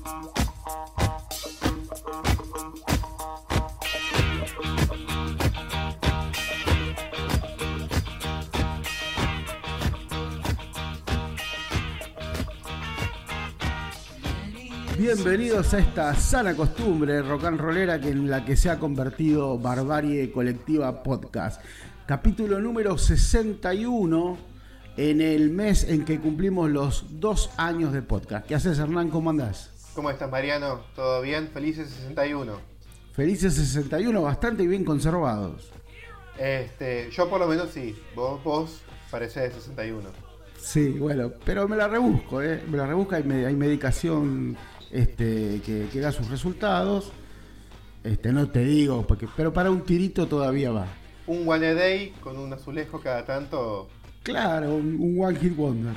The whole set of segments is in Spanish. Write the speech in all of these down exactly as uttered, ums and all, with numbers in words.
Bienvenidos a esta sana costumbre rock and rollera que en la que se ha convertido Barbarie Colectiva Podcast. Capítulo número sesenta y uno en el mes en que cumplimos los dos años de podcast. ¿Qué haces, Hernán? ¿Cómo andás? ¿Cómo estás, Mariano? ¿Todo bien? Felices sesenta y uno. Felices sesenta y uno, bastante bien conservados. Este, yo por lo menos sí. Vos, vos parecés de sesenta y uno. Sí, bueno, pero me la rebusco, ¿eh? Me la rebusco, hay, hay medicación este, que, que da sus resultados. Este, no te digo, porque, pero para un tirito todavía va. Un one a day con un azulejo cada tanto. Claro, un, un one hit wonder.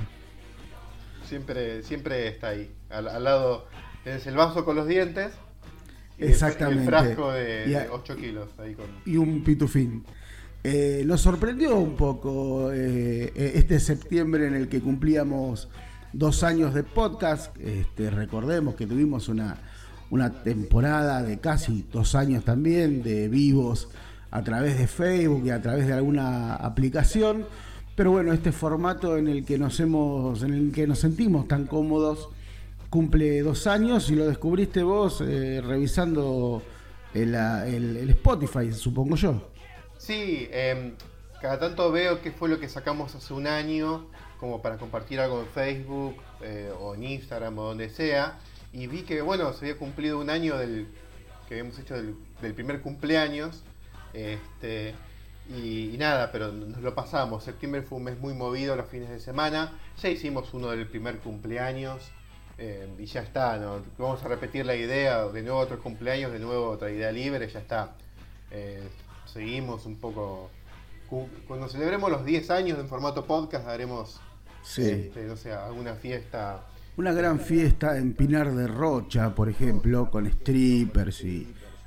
Siempre, siempre está ahí. Al, al lado tenés el vaso con los dientes. Y exactamente. El frasco de, y a, de ocho kilos. Ahí con... Y un pitufín. Eh, nos sorprendió un poco eh, este septiembre en el que cumplíamos dos años de podcast. Este, recordemos que tuvimos una, una temporada de casi dos años también de vivos a través de Facebook y a través de alguna aplicación. Pero bueno, este formato en el que nos hemos, en el que nos sentimos tan cómodos cumple dos años y lo descubriste vos eh, revisando el, el, el Spotify, supongo yo. Sí, eh, cada tanto veo qué fue lo que sacamos hace un año, como para compartir algo en Facebook eh, o en Instagram o donde sea, y vi que, bueno, se había cumplido un año del que habíamos hecho del, del primer cumpleaños, este, y, y nada, pero nos lo pasamos. Septiembre fue un mes muy movido los fines de semana, ya hicimos uno del primer cumpleaños, eh, y ya está, ¿no? Vamos a repetir la idea, de nuevo otro cumpleaños, de nuevo otra idea libre, ya está. Eh, Seguimos un poco. Cuando celebremos los diez años en formato podcast, haremos, sí. este, no sé, alguna fiesta. Una gran fiesta en Pinar de Rocha, por ejemplo, con strippers y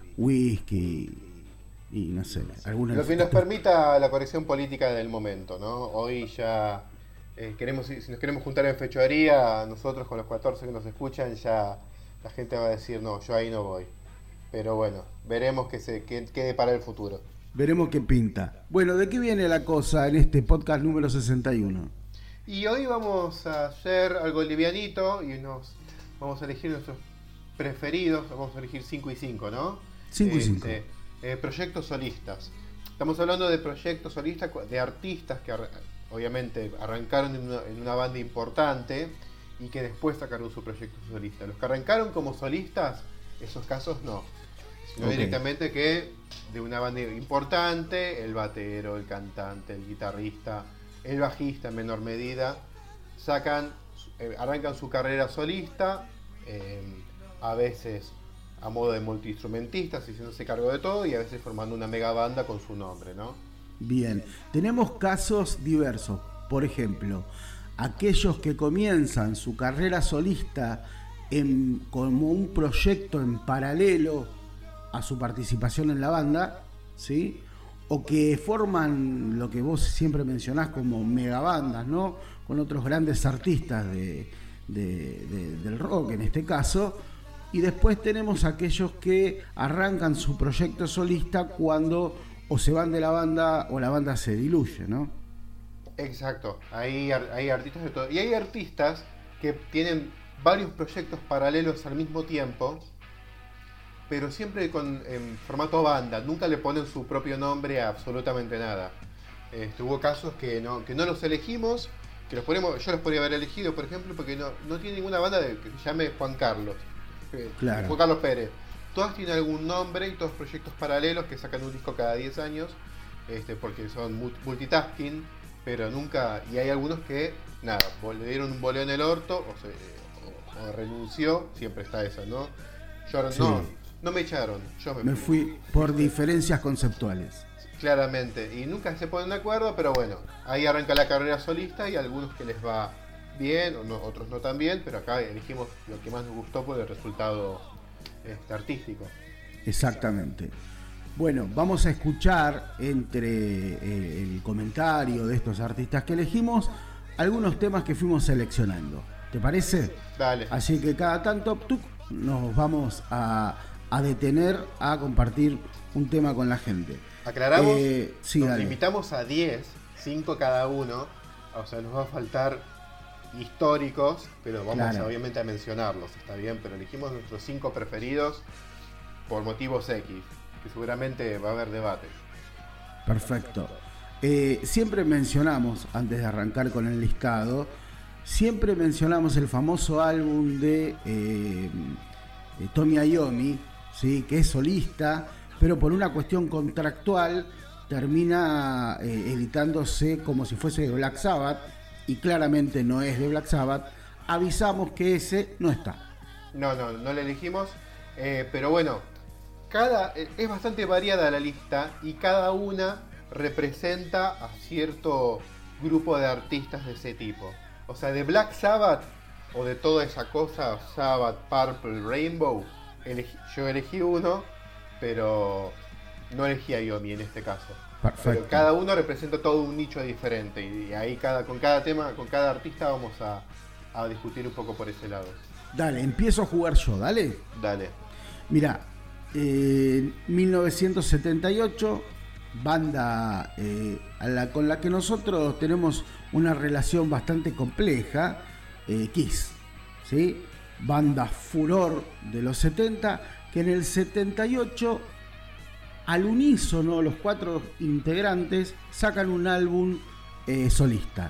whisky y no sé. Alguna Lo que nos permita la corrección política del momento, ¿no? Hoy ya eh, queremos, si nos queremos juntar en fechoría, nosotros con los catorce que nos escuchan, ya la gente va a decir, no, yo ahí no voy. Pero bueno, veremos que se que quede para el futuro. Veremos qué pinta. Bueno, ¿de qué viene la cosa en este podcast número sesenta y uno? Y hoy vamos a hacer algo livianito y nos vamos a elegir nuestros preferidos. Vamos a elegir cinco y cinco, ¿no? cinco y cinco. Este, eh, proyectos solistas. Estamos hablando de proyectos solistas, de artistas que ar- obviamente arrancaron en una, en una banda importante y que después sacaron su proyecto solista. Los que arrancaron como solistas, esos casos no. Sino okay. Directamente que de una banda importante, el batero, el cantante, el guitarrista, el bajista en menor medida, sacan, eh, arrancan su carrera solista, eh, a veces a modo de multiinstrumentistas, haciéndose cargo de todo, y a veces formando una mega banda con su nombre, ¿no? Bien, tenemos casos diversos. Por ejemplo, aquellos que comienzan su carrera solista en, como un proyecto en paralelo a su participación en la banda, ¿sí? O que forman lo que vos siempre mencionás como megabandas, ¿no? Con otros grandes artistas de, de, de, del rock en este caso. Y después tenemos aquellos que arrancan su proyecto solista cuando o se van de la banda o la banda se diluye, ¿no? Exacto, hay, hay artistas de todo. Y hay artistas que tienen varios proyectos paralelos al mismo tiempo, pero siempre con en formato banda, nunca le ponen su propio nombre a absolutamente nada. Este, hubo casos que no, que no los elegimos, que los ponemos, yo los podría haber elegido, por ejemplo, porque no, no tiene ninguna banda de, que se llame Juan Carlos. Claro. Juan Carlos Pérez. Todas tienen algún nombre y todos proyectos paralelos que sacan un disco cada diez años, este, porque son multitasking, pero nunca, y hay algunos que, nada, le dieron un boleo en el orto, o, se, o, o renunció, siempre está esa, ¿no? Yo sí. no, no me echaron, yo me, me fui. fui por diferencias conceptuales. Claramente, y nunca se ponen de acuerdo, pero bueno, ahí arranca la carrera solista y algunos que les va bien, o no, otros no tan bien, pero acá elegimos lo que más nos gustó por el resultado este, artístico. Exactamente. Bueno, vamos a escuchar entre eh, el comentario de estos artistas que elegimos algunos temas que fuimos seleccionando. ¿Te parece? Dale. Así que cada tanto tú nos vamos a, a detener a compartir un tema con la gente. Aclaramos, eh, sí, nos dale. limitamos a diez, cinco cada uno, o sea, nos va a faltar históricos, pero vamos Claro. a, obviamente a mencionarlos, está bien, pero elegimos nuestros cinco preferidos por motivos X, que seguramente va a haber debate. Perfecto. Eh, siempre mencionamos, antes de arrancar con el listado, siempre mencionamos el famoso álbum de eh, eh, Tony Iommi, ¿sí? Que es solista, pero por una cuestión contractual termina eh, editándose como si fuese de Black Sabbath, y claramente no es de Black Sabbath. Avisamos que ese no está. No, no, no lo elegimos, eh, pero bueno, cada eh, es bastante variada la lista y cada una representa a cierto grupo de artistas de ese tipo. O sea, de Black Sabbath o de toda esa cosa, Sabbath, Purple, Rainbow, elegí, yo elegí uno, pero no elegí a Iommi en este caso. Perfecto. Pero cada uno representa todo un nicho diferente y ahí cada, con cada tema, con cada artista vamos a, a discutir un poco por ese lado. Dale, empiezo a jugar yo, dale. Dale. Mira, eh, mil novecientos setenta y ocho, banda eh, a la, con la que nosotros tenemos una relación bastante compleja, eh, Kiss, ¿sí? Banda furor de los setenta, que en el setenta y ocho, al unísono, los cuatro integrantes sacan un álbum eh, solista.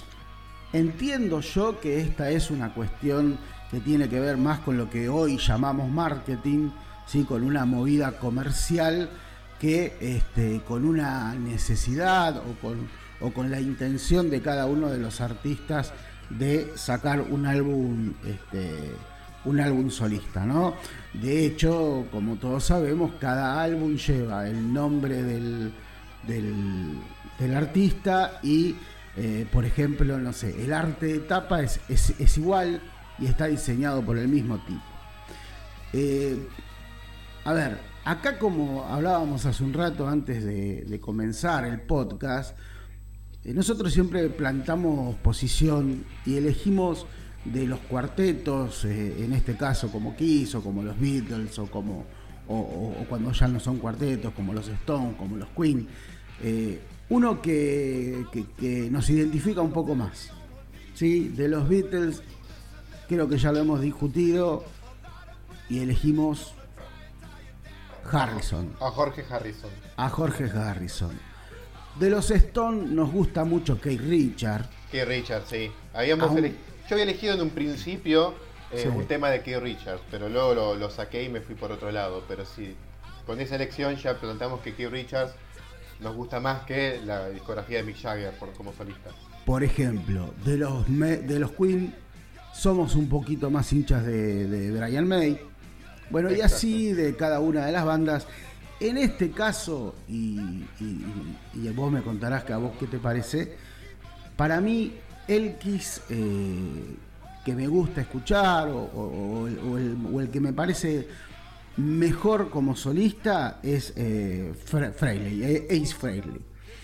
Entiendo yo que esta es una cuestión que tiene que ver más con lo que hoy llamamos marketing, ¿sí? Con una movida comercial que este, con una necesidad o con, o con la intención de cada uno de los artistas de sacar un álbum, este, un álbum solista, ¿no? De hecho, como todos sabemos, cada álbum lleva el nombre del, del, del artista y, eh, por ejemplo, no sé, el arte de tapa es, es, es igual y está diseñado por el mismo tipo. Eh, a ver, acá, como hablábamos hace un rato antes de, de comenzar el podcast, eh, nosotros siempre plantamos posición y elegimos de los cuartetos, eh, en este caso como Kiss o como los Beatles o como o, o, o cuando ya no son cuartetos, como los Stones, como los Queen, eh, uno que, que, que nos identifica un poco más, ¿sí? De los Beatles creo que ya lo hemos discutido y elegimos Harrison. A Jorge Harrison. A Jorge Harrison. De los Stones nos gusta mucho Keith Richards. Keith Richards, sí. Habíamos Aún... ele... Yo había elegido en un principio eh, sí. un tema de Keith Richards, pero luego lo, lo saqué y me fui por otro lado. Pero sí, con esa elección ya planteamos que Keith Richards nos gusta más que la discografía de Mick Jagger por, como solista. Por ejemplo, de los, me... de los Queen somos un poquito más hinchas de, de Brian May. Bueno, Exacto. Y así de cada una de las bandas. En este caso, y, y, y vos me contarás que a vos qué te parece, para mí el Kiss eh, que me gusta escuchar o, o, o, el, o el que me parece mejor como solista es eh, Frehley, Ace Frehley,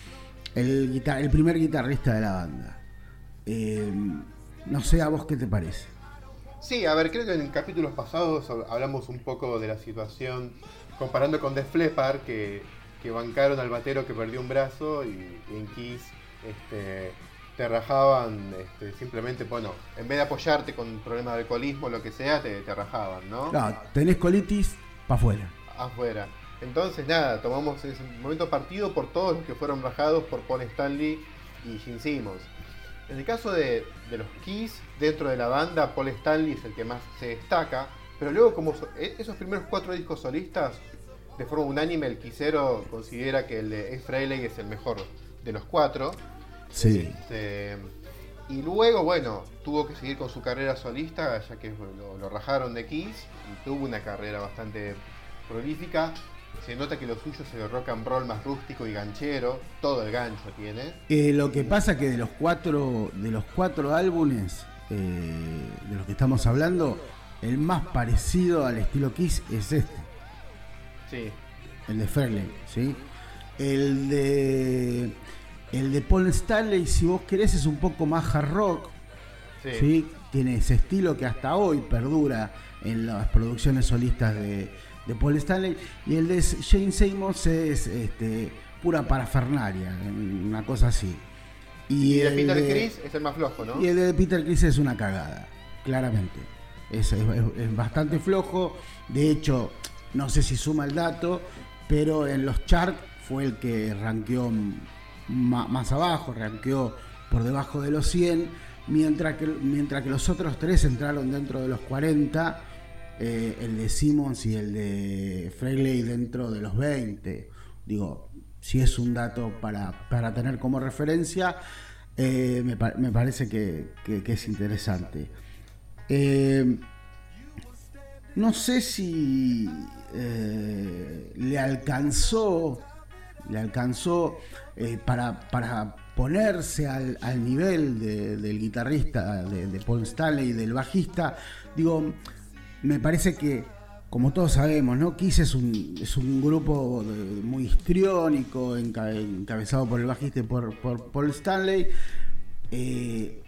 el, guitar- el primer guitarrista de la banda. Eh, no sé a vos qué te parece. Sí, a ver, creo que en capítulos pasados hablamos un poco de la situación comparando con Def Leppard, que, que bancaron al batero que perdió un brazo, y, y en Kiss este, te rajaban este, simplemente, bueno, en vez de apoyarte con problemas de alcoholismo o lo que sea, te, te rajaban, ¿no? No, tenés colitis, pa' afuera. Afuera. Entonces, nada, tomamos ese momento partido por todos los que fueron rajados por Paul Stanley y Gene Simmons. En el caso de, de los Kiss, dentro de la banda, Paul Stanley es el que más se destaca, pero luego, como so, esos primeros cuatro discos solistas, de forma unánime el Kissero considera que el de Ace Frehley es el mejor de los cuatro. Sí. Este, y luego, bueno, tuvo que seguir con su carrera solista, ya que lo, lo rajaron de Kiss, y tuvo una carrera bastante prolífica. Se nota que lo suyo es el rock and roll más rústico y ganchero, todo el gancho tiene. Eh, lo que pasa que de los cuatro, de los cuatro álbumes eh, de los que estamos hablando, el más parecido al estilo Kiss es este. Sí. El de Frehley, ¿sí? El de el de Paul Stanley, si vos querés, es un poco más hard rock, Sí. ¿sí? tiene ese estilo que hasta hoy perdura en las producciones solistas de, de Paul Stanley, y el de Gene Simmons es este, pura parafernalia, una cosa así. Y, y el de Peter de, Criss es el más flojo, ¿no? Y el de Peter Criss es una cagada, claramente. Es, es, es bastante flojo. De hecho, no sé si suma el dato, pero en los charts fue el que rankeó ma, más abajo, rankeó por debajo de los cien, mientras que, mientras que los otros tres entraron dentro de los cuarenta, eh, el de Simmons y el de Frehley dentro de los veinte. Digo, si es un dato para, para tener como referencia, eh, me, me parece que, que, que es interesante. Eh, no sé si eh, le alcanzó, le alcanzó eh, para, para ponerse al, al nivel de, del guitarrista de, de Paul Stanley y del bajista. Digo, me parece que, como todos sabemos, ¿no? Kiss es un, es un grupo de, muy histriónico, enca, encabezado por el bajista y por, por Paul Stanley. Eh,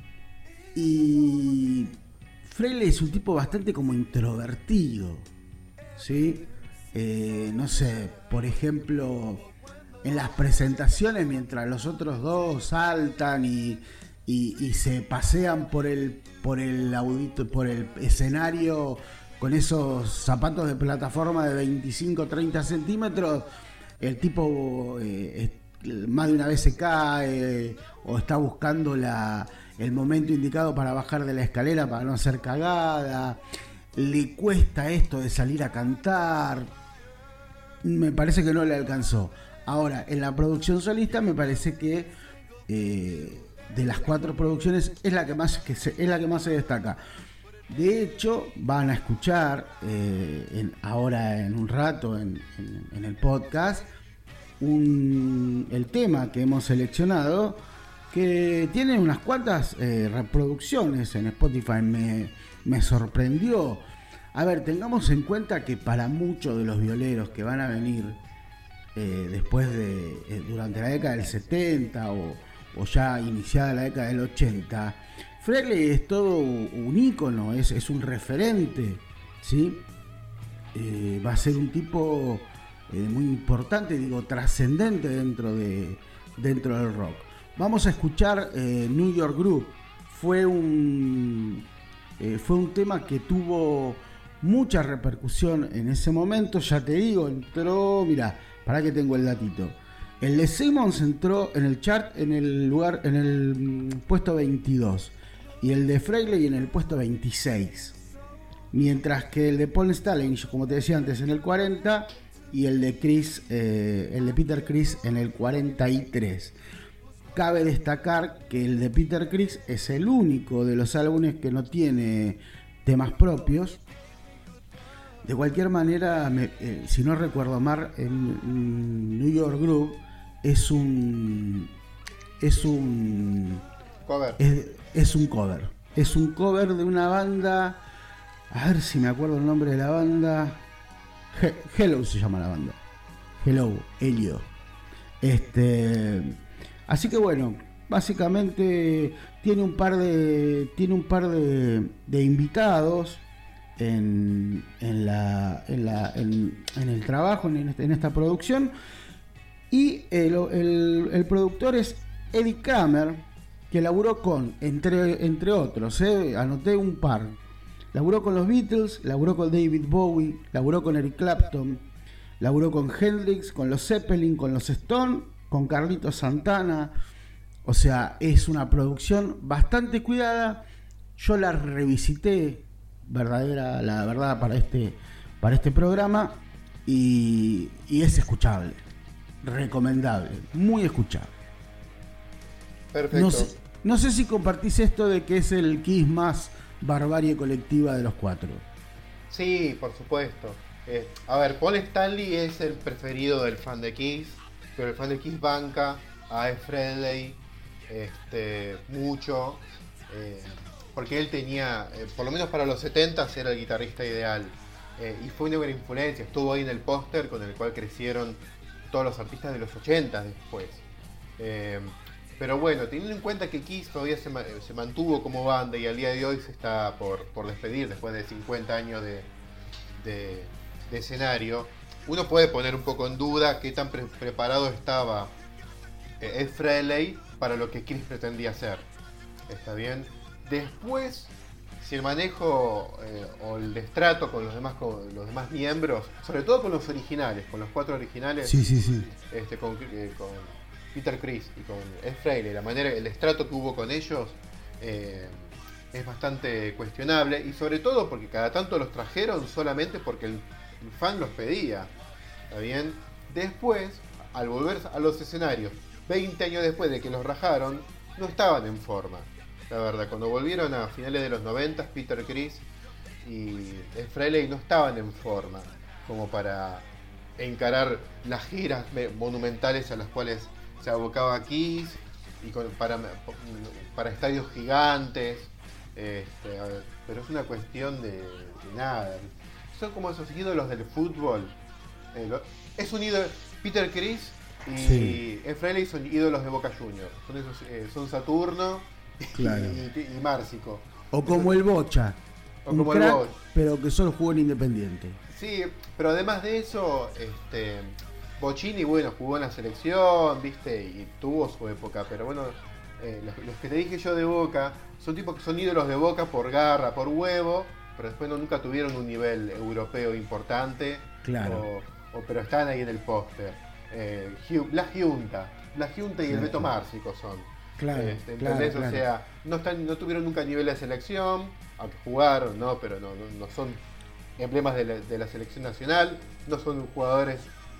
y Frehley es un tipo bastante como introvertido, ¿sí? Eh, no sé, por ejemplo, en las presentaciones, mientras los otros dos saltan y, y, y se pasean por el, por el audito, por el escenario con esos zapatos de plataforma de veinticinco a treinta centímetros, el tipo eh, más de una vez se cae o está buscando la, el momento indicado para bajar de la escalera para no hacer cagada. Le cuesta esto de salir a cantar. Me parece que no le alcanzó. Ahora, en la producción solista me parece que eh, de las cuatro producciones es la que más, que se, es la que más se destaca. De hecho, van a escuchar eh, en, ahora en un rato en, en, en el podcast un, el tema que hemos seleccionado, que tiene unas cuantas eh, reproducciones en Spotify. Me, me sorprendió. A ver, tengamos en cuenta que para muchos de los violeros que van a venir eh, después de, eh, durante la década del setenta o, o ya iniciada la década del ochenta, Frehley es todo un ícono, es, es un referente, ¿sí? Eh, va a ser un tipo eh, muy importante, digo, trascendente dentro, de, dentro del rock. Vamos a escuchar eh, New York Groove. Fue un, eh, fue un tema que tuvo mucha repercusión en ese momento. Ya te digo, entró, mira, para que tengo el datito. El de Simmons entró en el chart en el lugar, en el mm, puesto veintidós. Y el de Frehley en el puesto veintiséis. Mientras que el de Paul Stanley, como te decía antes, en el cuarenta. Y el de Criss, eh, el de Peter Criss en el cuarenta y tres. Cabe destacar que el de Peter Criss es el único de los álbumes que no tiene temas propios. De cualquier manera, me, eh, si no recuerdo mal, en, en New York Groove es un es un cover. Es, es un cover. Es un cover de una banda. A ver si me acuerdo el nombre de la banda. He, Hello se llama la banda. Hello, Helio. Este, así que bueno, básicamente tiene un par de tiene un par de, de invitados en, en la en la en, en el trabajo en, este, en esta producción, y el, el, el productor es Eddie Kramer, que laburó con, entre, entre otros, eh, anoté un par, laburó con los Beatles, laburó con David Bowie, laburó con Eric Clapton, laburó con Hendrix, con los Zeppelin, con los Stones, con Carlitos Santana. O sea, es una producción bastante cuidada. Yo la revisité, verdadera, la verdad, para este, para este programa, y, y es escuchable, recomendable, muy escuchable. Perfecto. No sé, no sé si compartís esto de que es el Kiss más barbarie colectiva de los cuatro. Sí, por supuesto. Eh, a ver, Paul Stanley es el preferido del fan de Kiss, pero el fan de Kiss banca a Ed Frehley este, mucho, eh, porque él tenía, eh, por lo menos para los setenta, era el guitarrista ideal, eh, y fue una gran influencia. Estuvo ahí en el póster con el cual crecieron todos los artistas de los ochenta después. Eh, Pero bueno, teniendo en cuenta que Kiss todavía se, se mantuvo como banda y al día de hoy se está por, por despedir después de cincuenta años de, de, de escenario, uno puede poner un poco en duda qué tan pre preparado estaba eh, Ed Frehley para lo que Kiss pretendía hacer. ¿Está bien? Después, si el manejo eh, o el destrato con los demás con los demás miembros, sobre todo con los originales, con los cuatro originales, sí, sí, sí. Este, con, eh, con Peter Criss y con Ed Frehley, la manera, el destrato que hubo con ellos eh, es bastante cuestionable, y sobre todo porque cada tanto los trajeron solamente porque el, el fan los pedía. ¿Está bien? Después, al volver a los escenarios, veinte años después de que los rajaron, no estaban en forma. La verdad, cuando volvieron a finales de los noventa, Peter Criss y Ed Frehley no estaban en forma como para encarar las giras monumentales a las cuales se abocaba Kiss, y con, para, para estadios gigantes. Este, a ver, pero es una cuestión de, de nada. Son como esos ídolos del fútbol. Eh, lo, es un ídolo. Peter Criss y sí. Ed Frehley son ídolos de Boca Juniors. Son, esos, eh, son Saturno claro. y, y, y Márcico. O como el Bocha. O un como crack, el Bocha. Pero que solo jugó en Independiente. Sí, pero además de eso, este, Bocini, bueno, jugó en la selección, viste, y tuvo su época, pero bueno, eh, los, los que te dije yo de Boca son tipos que son ídolos de Boca por garra, por huevo, pero después no, nunca tuvieron un nivel europeo importante. Claro. O, o, pero están ahí en el póster. Eh, la Giunta, la Giunta y claro. el Beto Márcico son. Claro, este, claro, ¿entendés? claro. O sea, no, están, no tuvieron nunca nivel de selección, aunque jugaron, ¿no? Pero no, no, no son emblemas de la, de la selección nacional, no son jugadores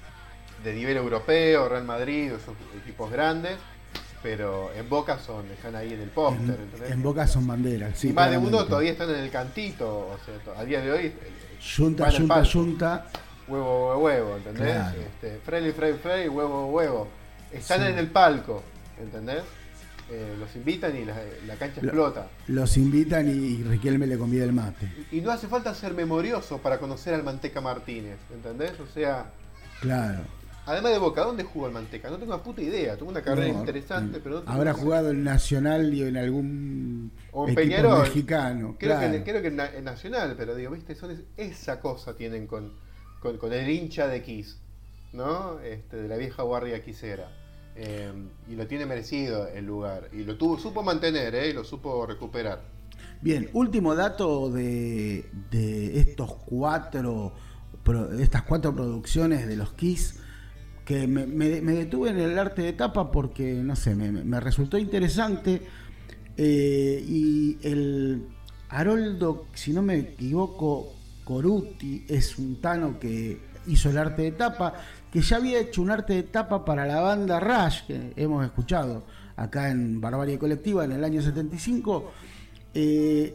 de nivel europeo, Real Madrid, o esos equipos grandes, pero en Boca son, están ahí en el póster. En, en Boca son banderas, sí. Y más claramente. De uno todavía están en el cantito, o sea, a día de hoy. Yunta, yunta, yunta. Huevo, huevo, huevo, ¿entendés? Claro. Este, Frehley, Frehley, Frehley, huevo, huevo. Están sí. en el palco, ¿entendés? Eh, los invitan y la, la cancha Lo, explota. Los invitan y Riquelme le convida el mate. Y, y no hace falta ser memorioso para conocer al Manteca Martínez, ¿entendés? O sea... Claro. Además de Boca, ¿dónde jugó el Manteca? No tengo una puta idea. Tuvo una carrera no, interesante, en, pero no habrá jugado en Nacional y en algún o en equipo Peñarol. Mexicano. Creo, claro. que, creo que en Nacional, pero digo, ¿viste? Son es, esa cosa tienen con, con, con el hincha de Kiss, ¿no? Este, de la vieja guardia quisera. Eh, y lo tiene merecido el lugar. Y lo tuvo, supo mantener, ¿eh? Y lo supo recuperar. Bien, último dato de, de estos cuatro, de estas cuatro producciones de los Kiss, que me, me, me detuve en el arte de tapa porque, no sé, me, me resultó interesante. Eh, y el Haroldo, si no me equivoco, Coruti, es un tano que hizo el arte de tapa, que ya había hecho un arte de tapa para la banda Rush, que hemos escuchado acá en Barbarie Colectiva en el año setenta y cinco. Eh,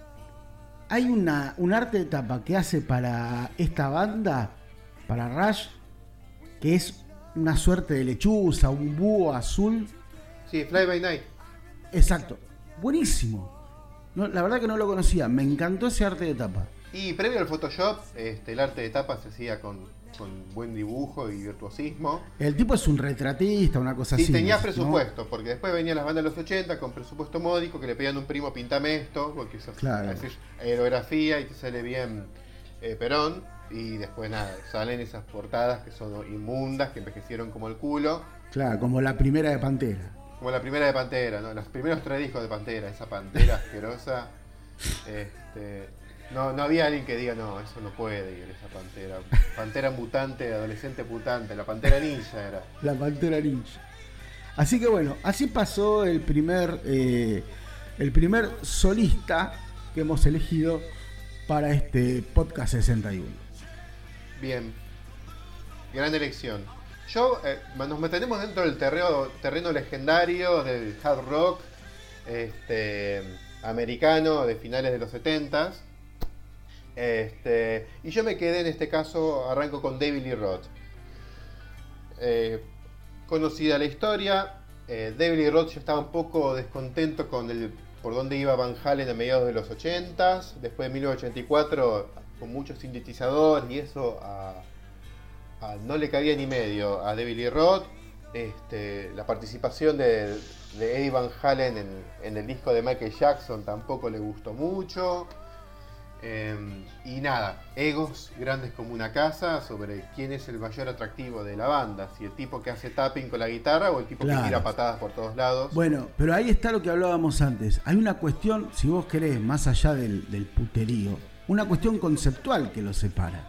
hay una, un arte de tapa que hace para esta banda, para Rush, que es una suerte de lechuza, un búho azul. Sí, Fly By Night. Exacto, buenísimo. No, la verdad que no lo conocía, me encantó ese arte de tapa. Y previo al Photoshop, este, el arte de tapa se hacía con, con buen dibujo y virtuosismo. El tipo es un retratista, una cosa sí, así. Sí, tenía ¿no? presupuesto, porque después venían las bandas de los ochenta con presupuesto módico, que le pedían un primo, pintame esto, porque eso claro. haces aerografía y te sale bien eh, Perón. Y después nada, salen esas portadas que son inmundas, que envejecieron como el culo. Claro, como la primera de Pantera. Como la primera de Pantera, ¿no? Los primeros tres discos de Pantera, esa Pantera asquerosa. Este, no, no había alguien que diga, no, eso no puede ir, esa Pantera. Pantera mutante, adolescente mutante, la Pantera Ninja era. La Pantera Ninja. Así que bueno, así pasó el primer, eh, el primer solista que hemos elegido para este podcast sesenta y uno. Bien, gran elección. Yo, eh, nos meteremos dentro del terreno, terreno legendario del hard rock este, americano de finales de los setentas. Este, y yo me quedé en este caso, arranco con David Lee Roth. Eh, conocida la historia, eh, David Lee Roth ya estaba un poco descontento con el por dónde iba Van Halen a mediados de los ochentas. Después de mil novecientos ochenta y cuatro, con muchos sintetizadores y eso, a, a, no le cabía ni medio a David Lee Roth. Este, la participación de, de Eddie Van Halen en, en el disco de Michael Jackson tampoco le gustó mucho. Eh, y nada, egos grandes como una casa sobre quién es el mayor atractivo de la banda, si el tipo que hace tapping con la guitarra o el tipo claro. que tira patadas por todos lados. Bueno, pero ahí está lo que hablábamos antes. Hay una cuestión, si vos querés, más allá del, del puterío, una cuestión conceptual que los separa.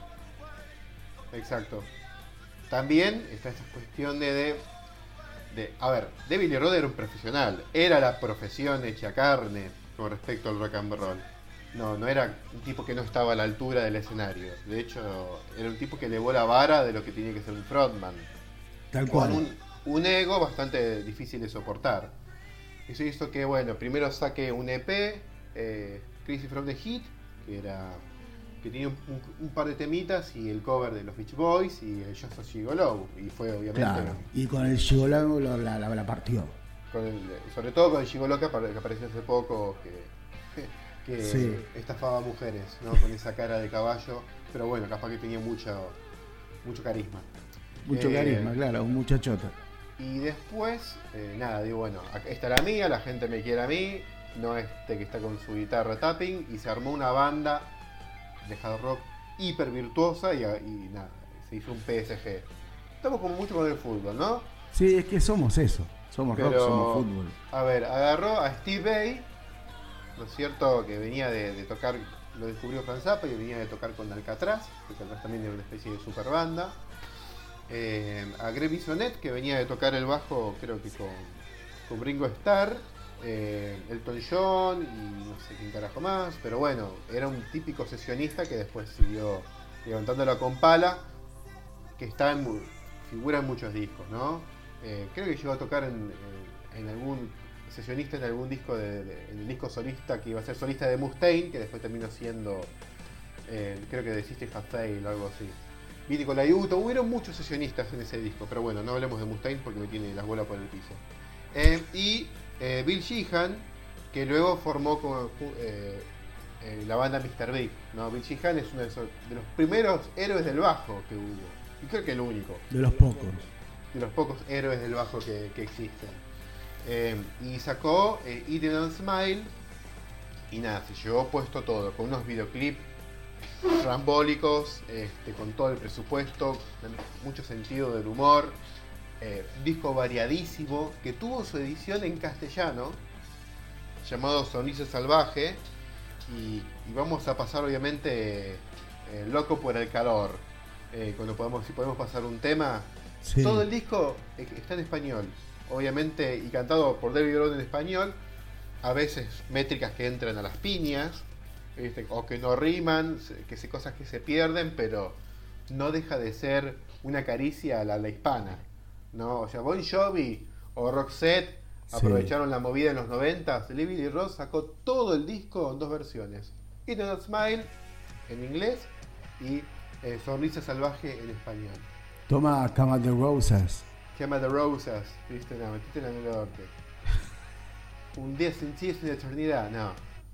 Exacto. También está esa cuestión de, de, de a ver, David Lee Roth era un profesional, era la profesión hecha carne con respecto al rock and roll. No, no era un tipo que no estaba a la altura del escenario. De hecho, era un tipo que elevó la vara de lo que tenía que ser un frontman. Tal cual. Con un, un ego bastante difícil de soportar. Eso hizo que, bueno, primero saque un E P, eh, Crazy from the Heat, que era que tenía un, un, un par de temitas y el cover de los Beach Boys y el Just a Gigolo. Y fue obviamente... Claro, y con el Gigolo la, la, la partió. Con el, sobre todo con el Gigolo que, apare, que apareció hace poco, que... que sí. estafaba a mujeres, ¿no? Con esa cara de caballo, pero bueno, capaz que tenía mucho, mucho carisma. Mucho eh, carisma, claro, un muchachota. Y después, eh, nada, digo, bueno, esta era mía, la gente me quiere a mí, no este que está con su guitarra tapping, y se armó una banda de hard rock hiper virtuosa y, y nada, se hizo un P S G. Estamos como mucho con el fútbol, ¿no? Sí, es que somos eso, somos pero, rock, somos fútbol. A ver, agarró a Steve Vai, ¿no es cierto? Que venía de, de tocar, lo descubrió Franz Zappa y venía de tocar con Alcatraz, que Alcatraz también era una especie de super banda. Eh, a Greg Bisonet, que venía de tocar el bajo, creo que con, con Ringo Starr, eh, Elton John y no sé quién carajo más, pero bueno, era un típico sesionista que después siguió levantándolo con pala, que está en, figura en muchos discos, ¿no? Eh, creo que llegó a tocar en, en, en algún sesionista en algún disco de, de, en el disco solista que iba a ser solista de Mustaine, que después terminó siendo eh, creo que de System Have Failed o algo así. Vini con la Yuto, hubieron muchos sesionistas en ese disco, pero bueno, no hablemos de Mustaine porque me tiene las bolas por el piso. Eh, y eh, Bill Sheehan, que luego formó como, eh, eh, la banda mister Big, ¿no? Bill Sheehan es uno de, esos, de los primeros héroes del bajo que hubo, y creo que el único. De los pocos. De los pocos héroes del bajo que, que existen. Eh, y sacó eh, Eat It and Smile y nada, se llevó puesto todo, con unos videoclips rambólicos, este, con todo el presupuesto, mucho sentido del humor, eh, disco variadísimo que tuvo su edición en castellano llamado Sonrisa Salvaje y, y vamos a pasar obviamente eh, Loco por el Calor, eh, cuando podemos, si podemos pasar un tema. Sí. Todo el disco está en español, obviamente, y cantado por David Roth en español, a veces métricas que entran a las piñas, ¿viste? O que no riman, que se cosas que se pierden, pero no deja de ser una caricia a la, a la hispana, ¿no? O sea, Bon Jovi o Roxette aprovecharon sí. la movida en los noventas. David Lee Roth sacó todo el disco en dos versiones: Eat and Smile en inglés y eh, Sonrisa Salvaje en español. Toma Cama de Rosas. Cama de Rosas, ¿viste? No, metiste en el norte. Un día sin ti es una eternidad, no.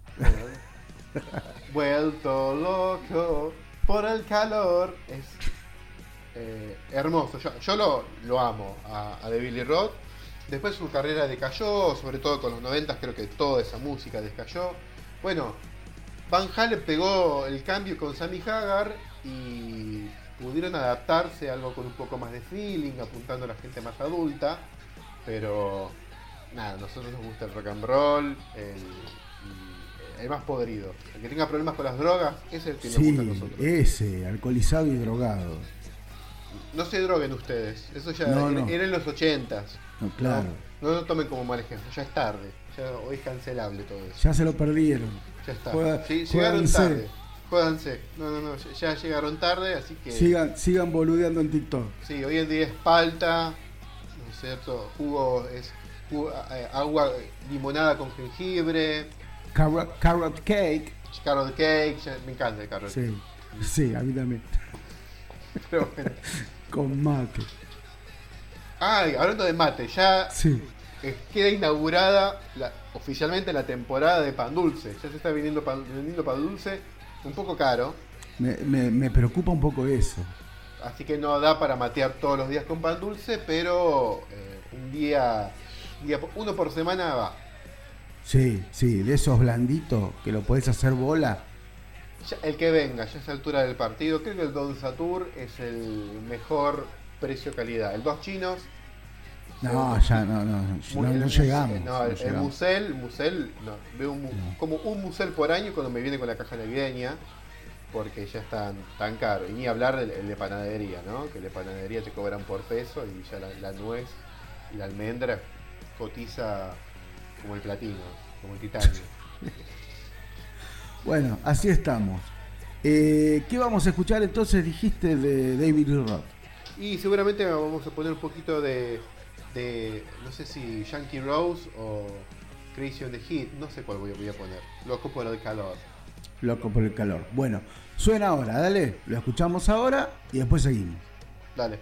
Vuelto loco por el calor. Es eh, hermoso. Yo, yo lo, lo amo a, a David Lee Roth. Después su carrera decayó, sobre todo con los noventas, creo que toda esa música decayó. Bueno, Van Halen pegó el cambio con Sammy Hagar y pudieron adaptarse a algo con un poco más de feeling, apuntando a la gente más adulta. Pero nada, a nosotros nos gusta el rock and roll, el, el más podrido. El que tenga problemas con las drogas, ese es el que nos sí, gusta a nosotros. Ese, alcoholizado y drogado. No se droguen ustedes, eso ya no, era, no. era en los ochentas. No, claro. No, no lo tomen como mal ejemplo, ya es tarde. Ya hoy es cancelable todo eso. Ya se lo perdieron. Ya está. Juega, sí, llegaron tarde. Jódanse. No, no, no, ya llegaron tarde, así que... Sigan, sigan boludeando en TikTok. Sí, hoy en día es palta, ¿no es cierto? Jugo es jugo, eh, agua, limonada con jengibre. Carrot, carrot cake. Carrot cake, ya, me encanta el carrot sí, cake. Sí, a mí también. Pero bueno. Con mate. Ay, hablando de mate, ya sí. eh, queda inaugurada la, oficialmente la temporada de pan dulce. Ya se está vendiendo pan, vendiendo pan dulce. Un poco caro. Me, me, me preocupa un poco eso. Así que no da para matear todos los días con pan dulce, pero eh, un día día, uno por semana va. Sí, sí, de esos blanditos que lo podés hacer bola. Ya, el que venga, ya a esa altura del partido, creo que el Don Satur es el mejor precio-calidad. El dos chinos. No, el, ya no, no, no, el, no llegamos. No, el, no llegamos. el Musel, el Musel, no, veo un, no. como un Musel por año cuando me viene con la caja navideña, porque ya están tan caro. Y ni hablar del el de panadería, ¿no? Que el de panadería te cobran por peso y ya la, la nuez y la almendra cotiza como el platino, como el titanio. Bueno, así estamos. Eh, ¿Qué vamos a escuchar entonces, dijiste, de David Lee Roth? Y seguramente vamos a poner un poquito de, de no sé si Yankee Rose o Crazy on the Heat, no sé cuál voy a, voy a poner. Loco por el calor. Loco por el calor. Bueno, suena ahora, dale. Lo escuchamos ahora y después seguimos. Dale.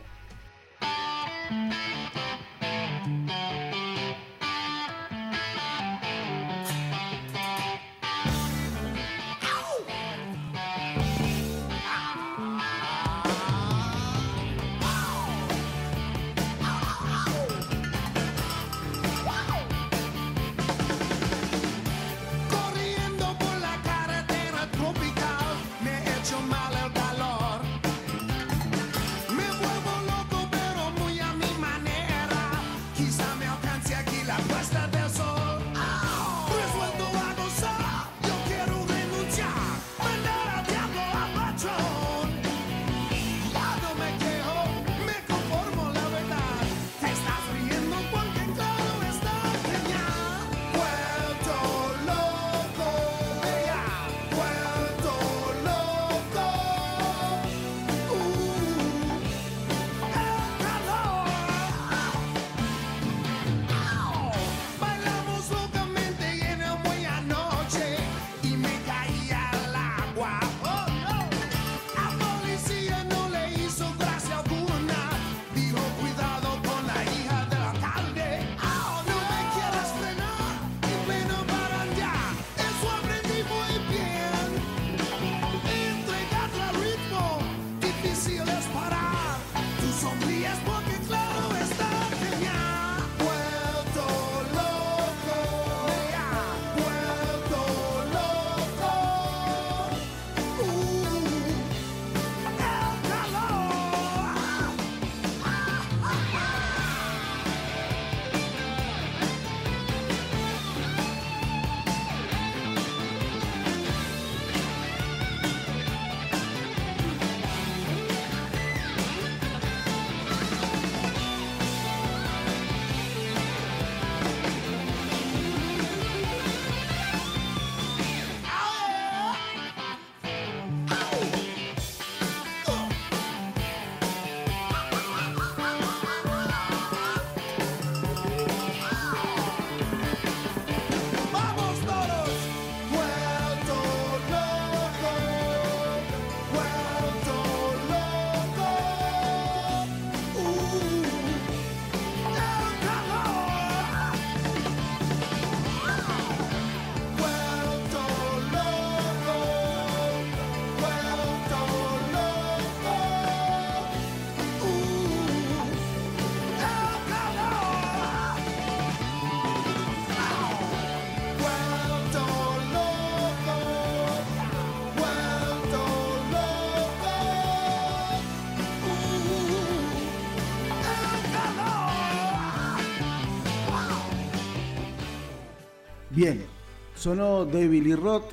Bien, sonó David Lee Roth,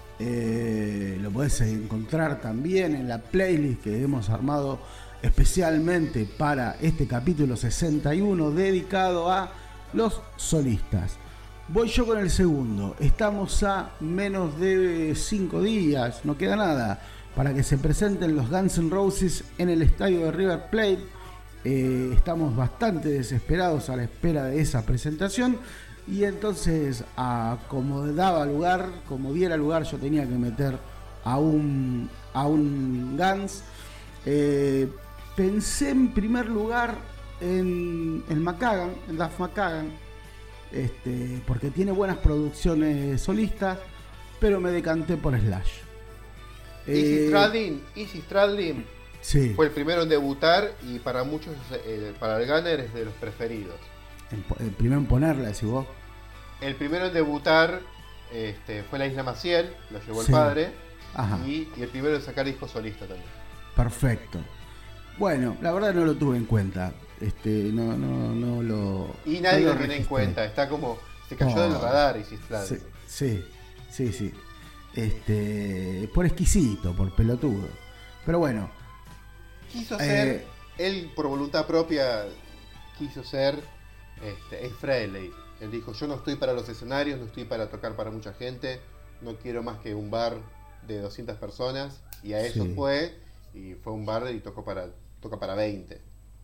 eh, lo podés encontrar también en la playlist que hemos armado especialmente para este capítulo sesenta y uno dedicado a los solistas. Voy yo con el segundo, estamos a menos de cinco días, no queda nada, para que se presenten los Guns N' Roses en el estadio de River Plate. Eh, estamos bastante desesperados a la espera de esa presentación. Y entonces, a como daba lugar, como diera lugar, yo tenía que meter a un, a un Guns. Eh, pensé en primer lugar en el McKagan, en Duff McKagan, este, porque tiene buenas producciones solistas, pero me decanté por Slash. Easy Eh, Stradlin, Easy Stradlin sí. fue el primero en debutar y para muchos, eh, para el Gunner es de los preferidos. En, el primero en ponerla, decís vos. El primero en debutar este, fue La Isla Maciel, lo llevó Sí. el padre. Ajá. Y, y el primero en sacar disco solista también. Perfecto. Bueno, la verdad no lo tuve en cuenta. Este, no, no, no lo. Y nadie no lo tiene en registré. cuenta, está como. Se cayó No. del radar y sí, claro. Sí, sí, sí, sí. Este, por exquisito, por pelotudo. Pero bueno. Quiso Eh, ser, él por voluntad propia, quiso ser este, Ace Frehley. Él dijo, yo no estoy para los escenarios, no estoy para tocar para mucha gente, no quiero más que un bar de doscientas personas. Y a eso Sí. fue, y fue un bar y tocó para, toca para veinte.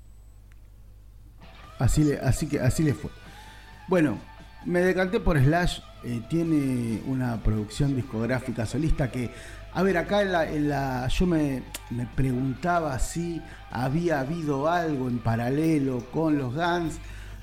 Así le, así que así le fue. Bueno, me decanté por Slash. Eh, tiene una producción discográfica solista que, a ver, acá en la, en la yo me, me preguntaba si había habido algo en paralelo con los Guns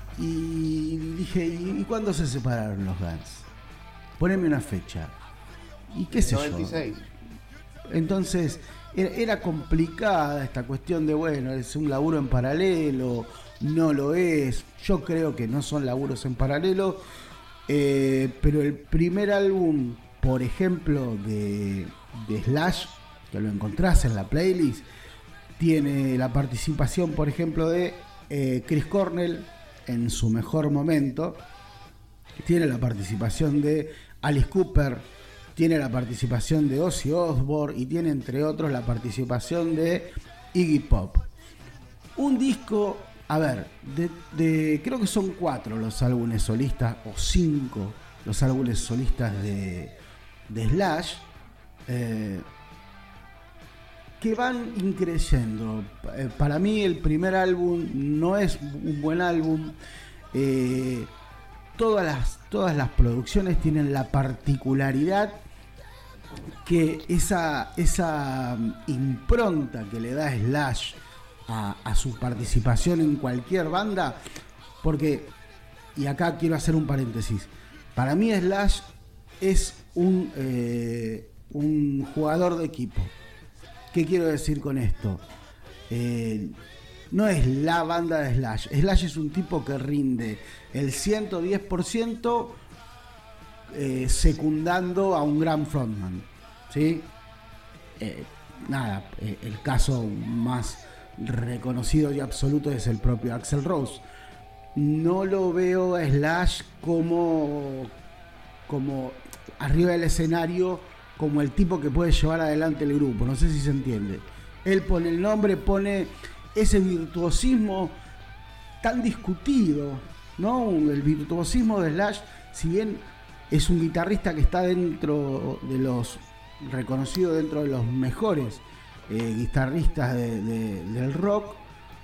y dije, ¿y, y cuándo se separaron los Guns? Poneme una fecha. Y qué sé noventa y seis. yo. Entonces, era, era complicada esta cuestión de, bueno, es un laburo en paralelo, no lo es. Yo creo que no son laburos en paralelo, eh, pero el primer álbum, por ejemplo, de, de Slash, que lo encontrás en la playlist, tiene la participación, por ejemplo, de eh, Chris Cornell en su mejor momento, tiene la participación de Alice Cooper, tiene la participación de Ozzy Osbourne y tiene entre otros la participación de Iggy Pop. Un disco, a ver, de, de, creo que son cuatro los álbumes solistas, o cinco los álbumes solistas de, de Slash, eh, que van increciendo. Eh, para mí el primer álbum no es un buen álbum. Eh, todas las, todas las producciones tienen la particularidad que esa, esa impronta que le da Slash a, a su participación en cualquier banda, porque, y acá quiero hacer un paréntesis, para mí Slash es un, eh, un jugador de equipo. ¿Qué quiero decir con esto? Eh, no es la banda de Slash. Slash es un tipo que rinde el ciento diez por ciento eh, secundando a un gran frontman, ¿sí? Eh, nada, eh, el caso más reconocido y absoluto es el propio Axl Rose. No lo veo a Slash como, como arriba del escenario, como el tipo que puede llevar adelante el grupo. No sé si se entiende. Él pone el nombre, pone ese virtuosismo tan discutido, ¿no? El virtuosismo de Slash, si bien es un guitarrista que está dentro de los reconocido dentro de los mejores eh, guitarristas de, de, del rock,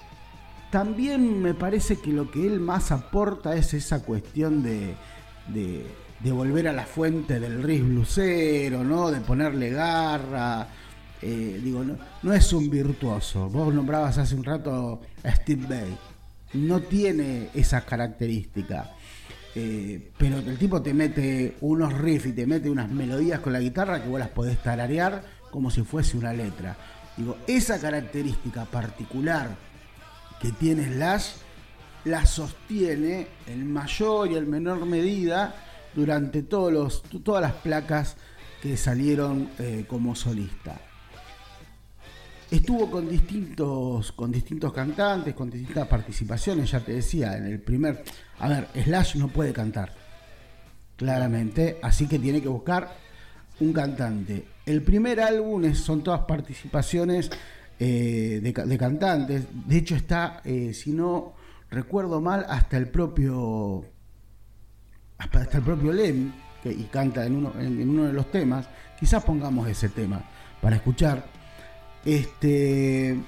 también me parece que lo que él más aporta es esa cuestión de, de, de volver a la fuente del riff bluesero, ¿no? De ponerle garra. Eh, digo, no, no es un virtuoso. Vos nombrabas hace un rato a Steve Vai. No tiene esa característica. Eh, pero el tipo te mete unos riffs y te mete unas melodías con la guitarra que vos las podés tararear como si fuese una letra. Digo, esa característica particular que tiene Slash la sostiene en mayor y en menor medida durante todos los, todas las placas que salieron eh, como solista. Estuvo con distintos, con distintos cantantes, con distintas participaciones, ya te decía, en el primer... A ver, Slash no puede cantar, claramente, así que tiene que buscar un cantante. El primer álbum es, son todas participaciones eh, de, de cantantes. De hecho está, eh, si no recuerdo mal, hasta el propio... Hasta el propio Lemmy, que y canta en uno, en, en uno de los temas. Quizás pongamos ese tema para escuchar. Este,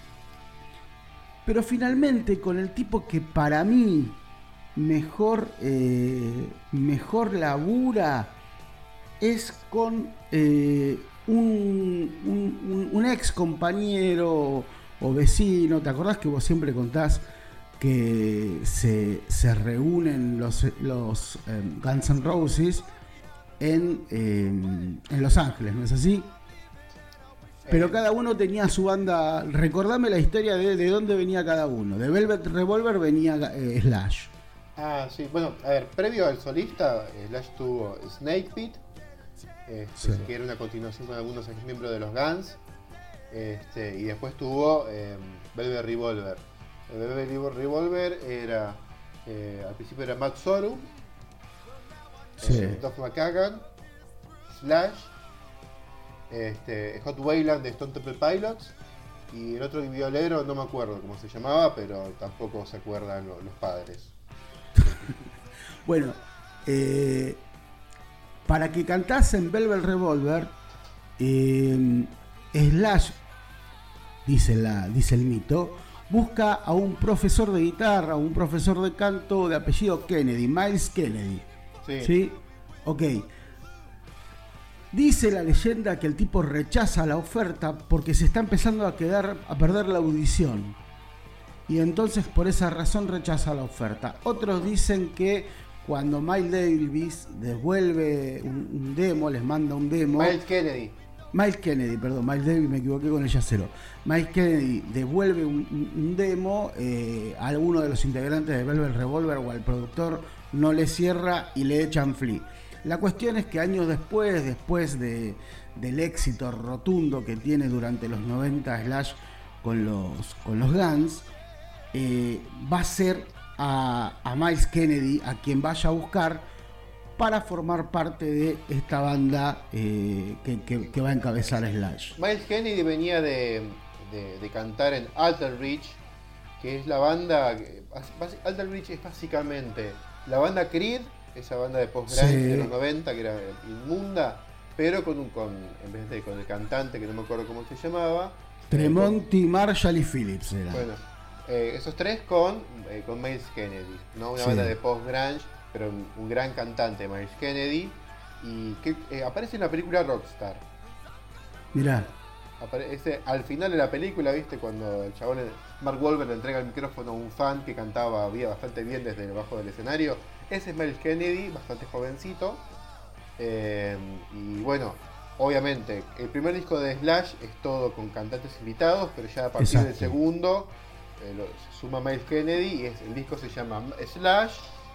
pero finalmente con el tipo que para mí mejor eh, mejor labura es con eh, un, un, un ex compañero o vecino. ¿Te acordás que vos siempre contás que se, se reúnen los, los eh, Guns N' Roses en, eh, en Los Ángeles, ¿no es así? Pero cada uno tenía su banda. Recordame la historia de, de dónde venía cada uno. De Velvet Revolver venía eh, Slash. Ah, sí, bueno, a ver, previo al solista, Slash tuvo Snake Pit, este, sí. que era una continuación con algunos ex miembros de los Guns, este, y después tuvo eh, Velvet Revolver. El Velvet Revolver era, eh, al principio era Matt Sorum, sí. eh, Duff McKagan, Slash, este, Hot Wayland de Stone Temple Pilots, y el otro violero no me acuerdo cómo se llamaba, pero tampoco se acuerdan los, los padres. Bueno, eh, para que cantasen Velvet Revolver, eh, Slash, dice, la, dice el mito, busca a un profesor de guitarra, un profesor de canto de apellido Kennedy, Miles Kennedy. Sí. ¿Sí? Ok. Dice la leyenda que el tipo rechaza la oferta porque se está empezando a quedar, a perder la audición. Y entonces por esa razón rechaza la oferta. Otros dicen que cuando Miles Davis devuelve un, un demo, les manda un demo. Miles Kennedy. Miles Kennedy, perdón, Miles Davis, me equivoqué con el yacero. Miles Kennedy devuelve un, un, un demo, eh, a alguno de los integrantes de Velvet Revolver o al productor no le cierra y le echan flea. La cuestión es que años después, después de, del éxito rotundo que tiene durante los noventa Slash con los, con los Guns, Eh, va a ser a, a Miles Kennedy a quien vaya a buscar para formar parte de esta banda eh, que, que, que va a encabezar Slash. Miles Kennedy venía de, de, de cantar en Alter Bridge, que es la banda. Alter Bridge es básicamente la banda Creed, esa banda de post-grunge sí. de los noventa que era inmunda, pero con un con en vez de con el cantante que no me acuerdo cómo se llamaba. Tremonti, eh, con... Marshall y Phillips era. Bueno. Eh, esos tres con, eh, con Miles Kennedy, ¿no? Una sí. banda de post-grunge, pero un, un gran cantante, Miles Kennedy, y que eh, aparece en la película Rockstar. Mirá. Aparece al final de la película, ¿viste? Cuando el chabón, Mark Wahlberg, le entrega el micrófono a un fan que cantaba había bastante bien desde debajo del escenario. Ese es Miles Kennedy, bastante jovencito. Eh, y bueno, obviamente, el primer disco de Slash es todo con cantantes invitados, pero ya a partir Exacto. del segundo... Eh, lo, se suma Miles Kennedy y es, el disco se llama Slash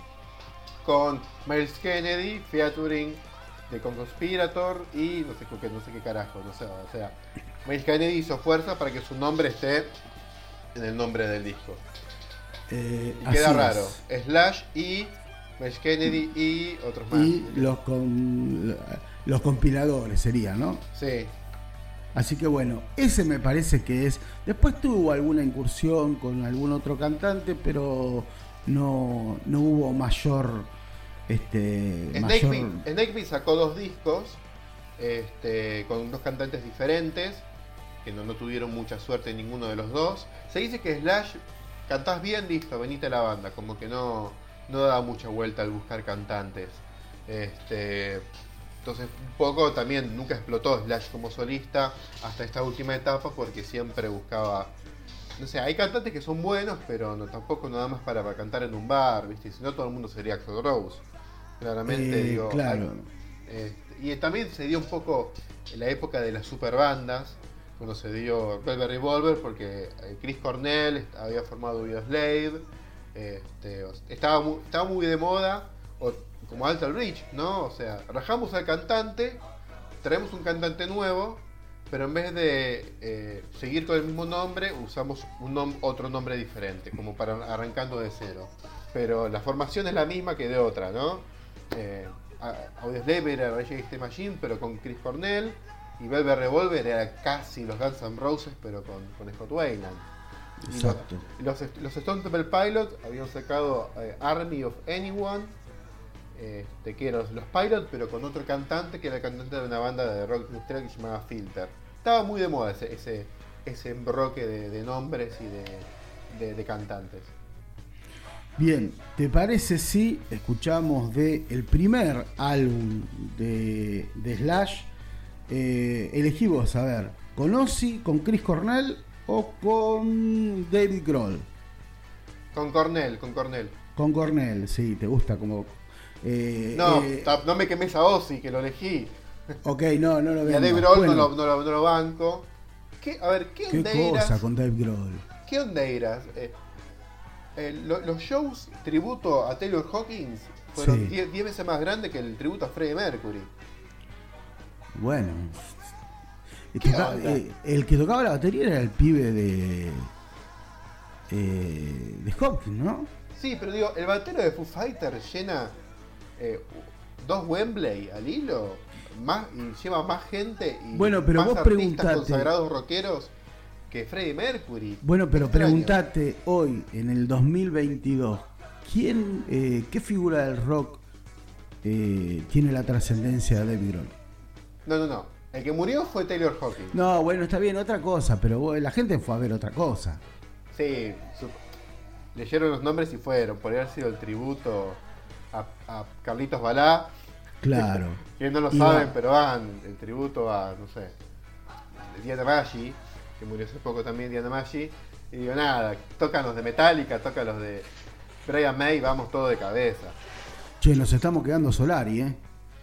con Miles Kennedy featuring The Conspirator y no sé qué, no sé qué carajo, no sé, o sea, Miles Kennedy hizo fuerza para que su nombre esté en el nombre del disco. Eh, y queda raro, es. Slash y Miles Kennedy y otros más. Y los, con, los compiladores serían, ¿no? Sí. Así que bueno, ese me parece que es... Después tuvo alguna incursión con algún otro cantante, pero no, no hubo mayor... Este, Snake mayor... Beat sacó dos discos este, con dos cantantes diferentes, que no, no tuvieron mucha suerte en ninguno de los dos. Se dice que Slash, cantás bien, listo, venite a la banda. Como que no, no da mucha vuelta al buscar cantantes. Este... Entonces un poco también nunca explotó Slash como solista hasta esta última etapa porque siempre buscaba, no sé, hay cantantes que son buenos pero no tampoco nada más para, para cantar en un bar, ¿viste? Si no todo el mundo sería Axl Rose, claramente, eh, digo. Claro. Hay, eh, y también se dio un poco en la época de las superbandas, cuando se dio Velvet Revolver porque Chris Cornell había formado Audioslave, este, estaba, muy, estaba muy de moda. O, como Alter Bridge, ¿no? O sea, rajamos al cantante, traemos un cantante nuevo, pero en vez de eh, seguir con el mismo nombre, usamos un nom- otro nombre diferente, como para arrancando de cero. Pero la formación es la misma que de otra, ¿no? Eh, Audioslave era Rage Against the Machine, pero con Chris Cornell, y Velvet Revolver era casi los Guns N' Roses, pero con, con Scott Weiland. Exacto. Y los, los, los Stone Temple Pilots habían sacado eh, Army of Anyone, Este, que eran los, los Pilots, pero con otro cantante que era el cantante de una banda de rock industrial que se llamaba Filter. Estaba muy de moda ese, ese, ese embroque de, de nombres y de, de, de cantantes. Bien, ¿te parece si escuchamos de el primer álbum de, de Slash? Eh, elegí vos, a ver, ¿con Ozzy, con Chris Cornell o con David Grohl? Con Cornell, con Cornell. Con Cornell, sí, te gusta como... Eh, no, eh, no me quemes a Ozzy, que lo elegí. Ok, no, no lo veo. Y a Dave Grohl bueno, no, lo, no, lo, no lo banco. ¿Qué, a ver, ¿qué, ¿qué onda cosa irás? con Dave Grohl? ¿Qué onda irás? Eh, eh, lo, los shows tributo a Taylor Hawkins fueron diez Sí. veces más grandes que el tributo a Freddie Mercury. Bueno. El, ¿Qué toca- onda? eh, el que tocaba la batería era el pibe de. Eh, de Hopkins, ¿no? Sí, pero digo, el batero de Foo Fighters llena eh, dos Wembley al hilo más, y lleva más gente y Bueno, pero más vos artistas preguntate. consagrados rockeros que Freddie Mercury. Bueno, pero Extraño. preguntate hoy, en el dos mil veintidós, ¿quién, eh, ¿qué figura del rock eh, tiene la trascendencia de David Grohl? No, no, no. El que murió fue Taylor Hawkins. No, bueno, está bien, otra cosa, pero vos- la gente fue a ver otra cosa. Sí, su- leyeron los nombres y fueron. Podría haber sido el tributo a, a Carlitos Balá. Claro. Que no lo Y saben, va- pero van. El tributo a, no sé, Diana Maggi, que murió hace poco también, Diana Maggi. Y digo, nada, tocan los de Metallica, tocan los de Brian May, vamos todo de cabeza. Che, nos estamos quedando Solari, ¿eh?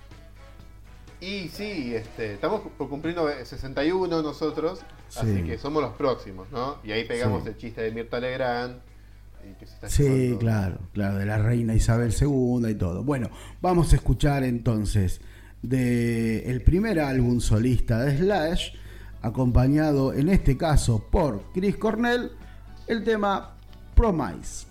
Y sí, este, estamos por cumplir nove- sesenta y uno nosotros, así Sí. que somos los próximos, ¿no? Y ahí pegamos Sí. el chiste de Mirta Legrand. Y que se está Sí, llevando- claro, claro, de la reina Isabel segunda y todo. Bueno, vamos a escuchar entonces de el primer álbum solista de Slash, acompañado en este caso por Chris Cornell, el tema Promise.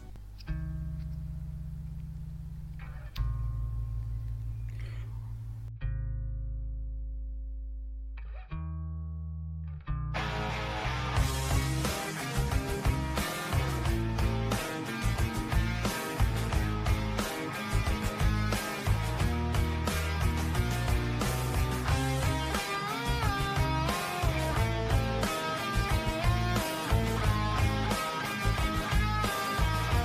Promise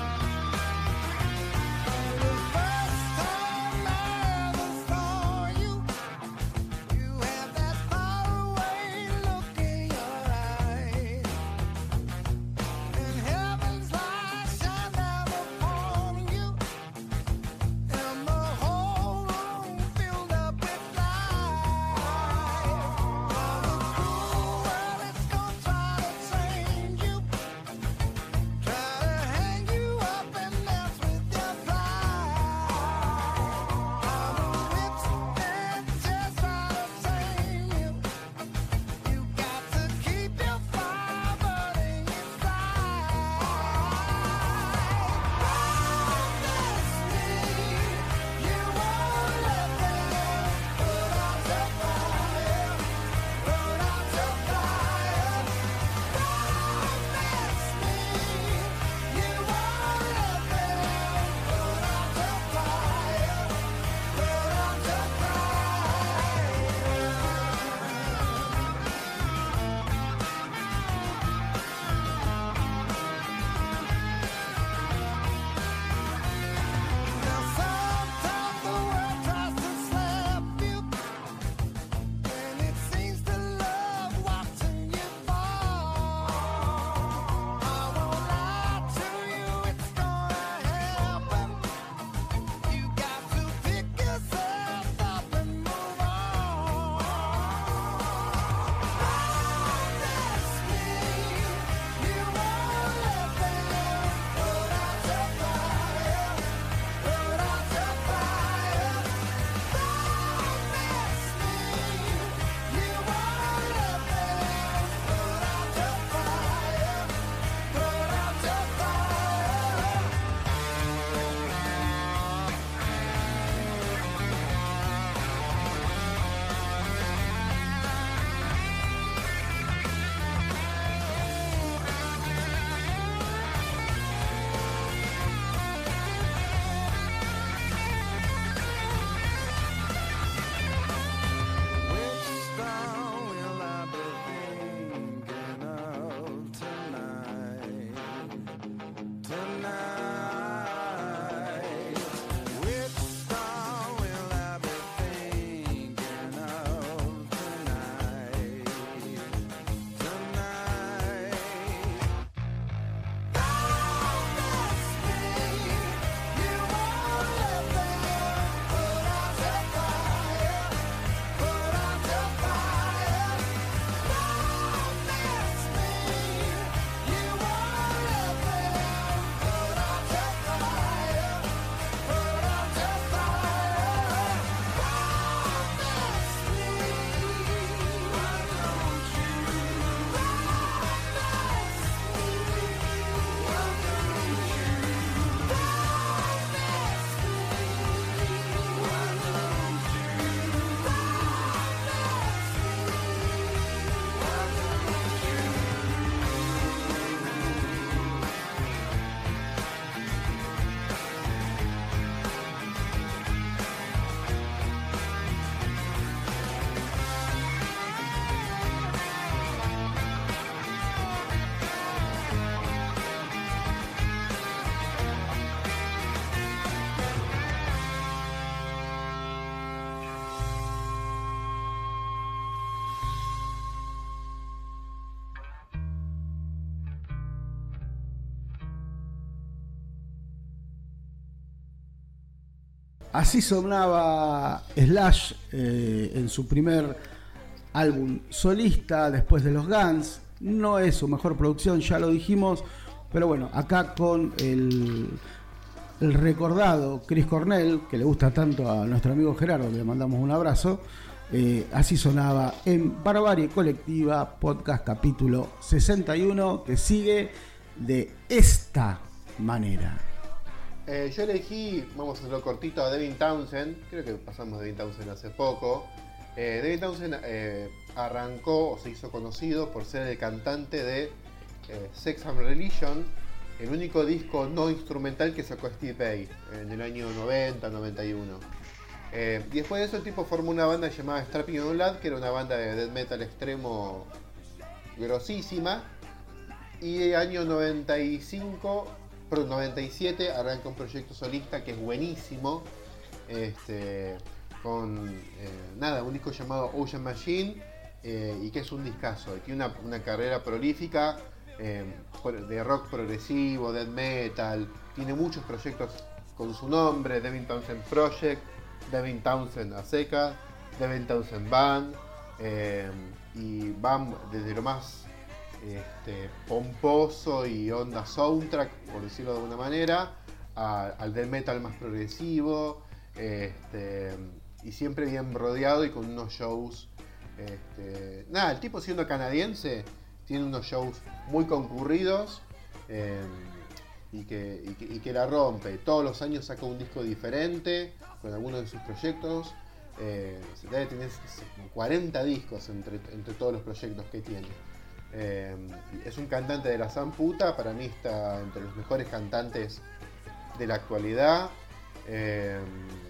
Así sonaba Slash eh, en su primer álbum solista después de los Guns. No es su mejor producción, ya lo dijimos, pero bueno, acá con el, el recordado Chris Cornell, que le gusta tanto a nuestro amigo Gerardo, le mandamos un abrazo. Eh, así sonaba en Barbarie Colectiva, podcast capítulo sesenta y uno, que sigue de esta manera. Eh, yo elegí, vamos a hacerlo cortito, a Devin Townsend. Creo que pasamos Devin Townsend hace poco. Eh, Devin Townsend eh, arrancó o se hizo conocido por ser el cantante de eh, Sex and Religion, el único disco no instrumental que sacó Steve Vai en el año noventa noventa y uno. Eh, y después de eso el tipo formó una banda llamada Strapping on Lad, que era una banda de death metal extremo grosísima. Y el año noventa y cinco, perdón, noventa y siete arranca un proyecto solista que es buenísimo. Este, con eh, nada, un disco llamado Ocean Machine, eh, y que es un discazo. Tiene una, una carrera prolífica eh, de rock progresivo, death metal. Tiene muchos proyectos con su nombre: Devin Townsend Project, Devin Townsend a seca, Devin Townsend Band, eh, y van desde lo más este, pomposo y onda soundtrack, por decirlo de alguna manera, a, al death metal más progresivo, este, y siempre bien rodeado y con unos shows. Este, nada, el tipo, siendo canadiense, tiene unos shows muy concurridos. Eh, Y que, y, que, y que la rompe. Todos los años saca un disco diferente con algunos de sus proyectos. Eh, debe tener cuarenta discos entre, entre todos los proyectos que tiene. Eh, es un cantante de la zamputa. Para mí está entre los mejores cantantes de la actualidad. Eh,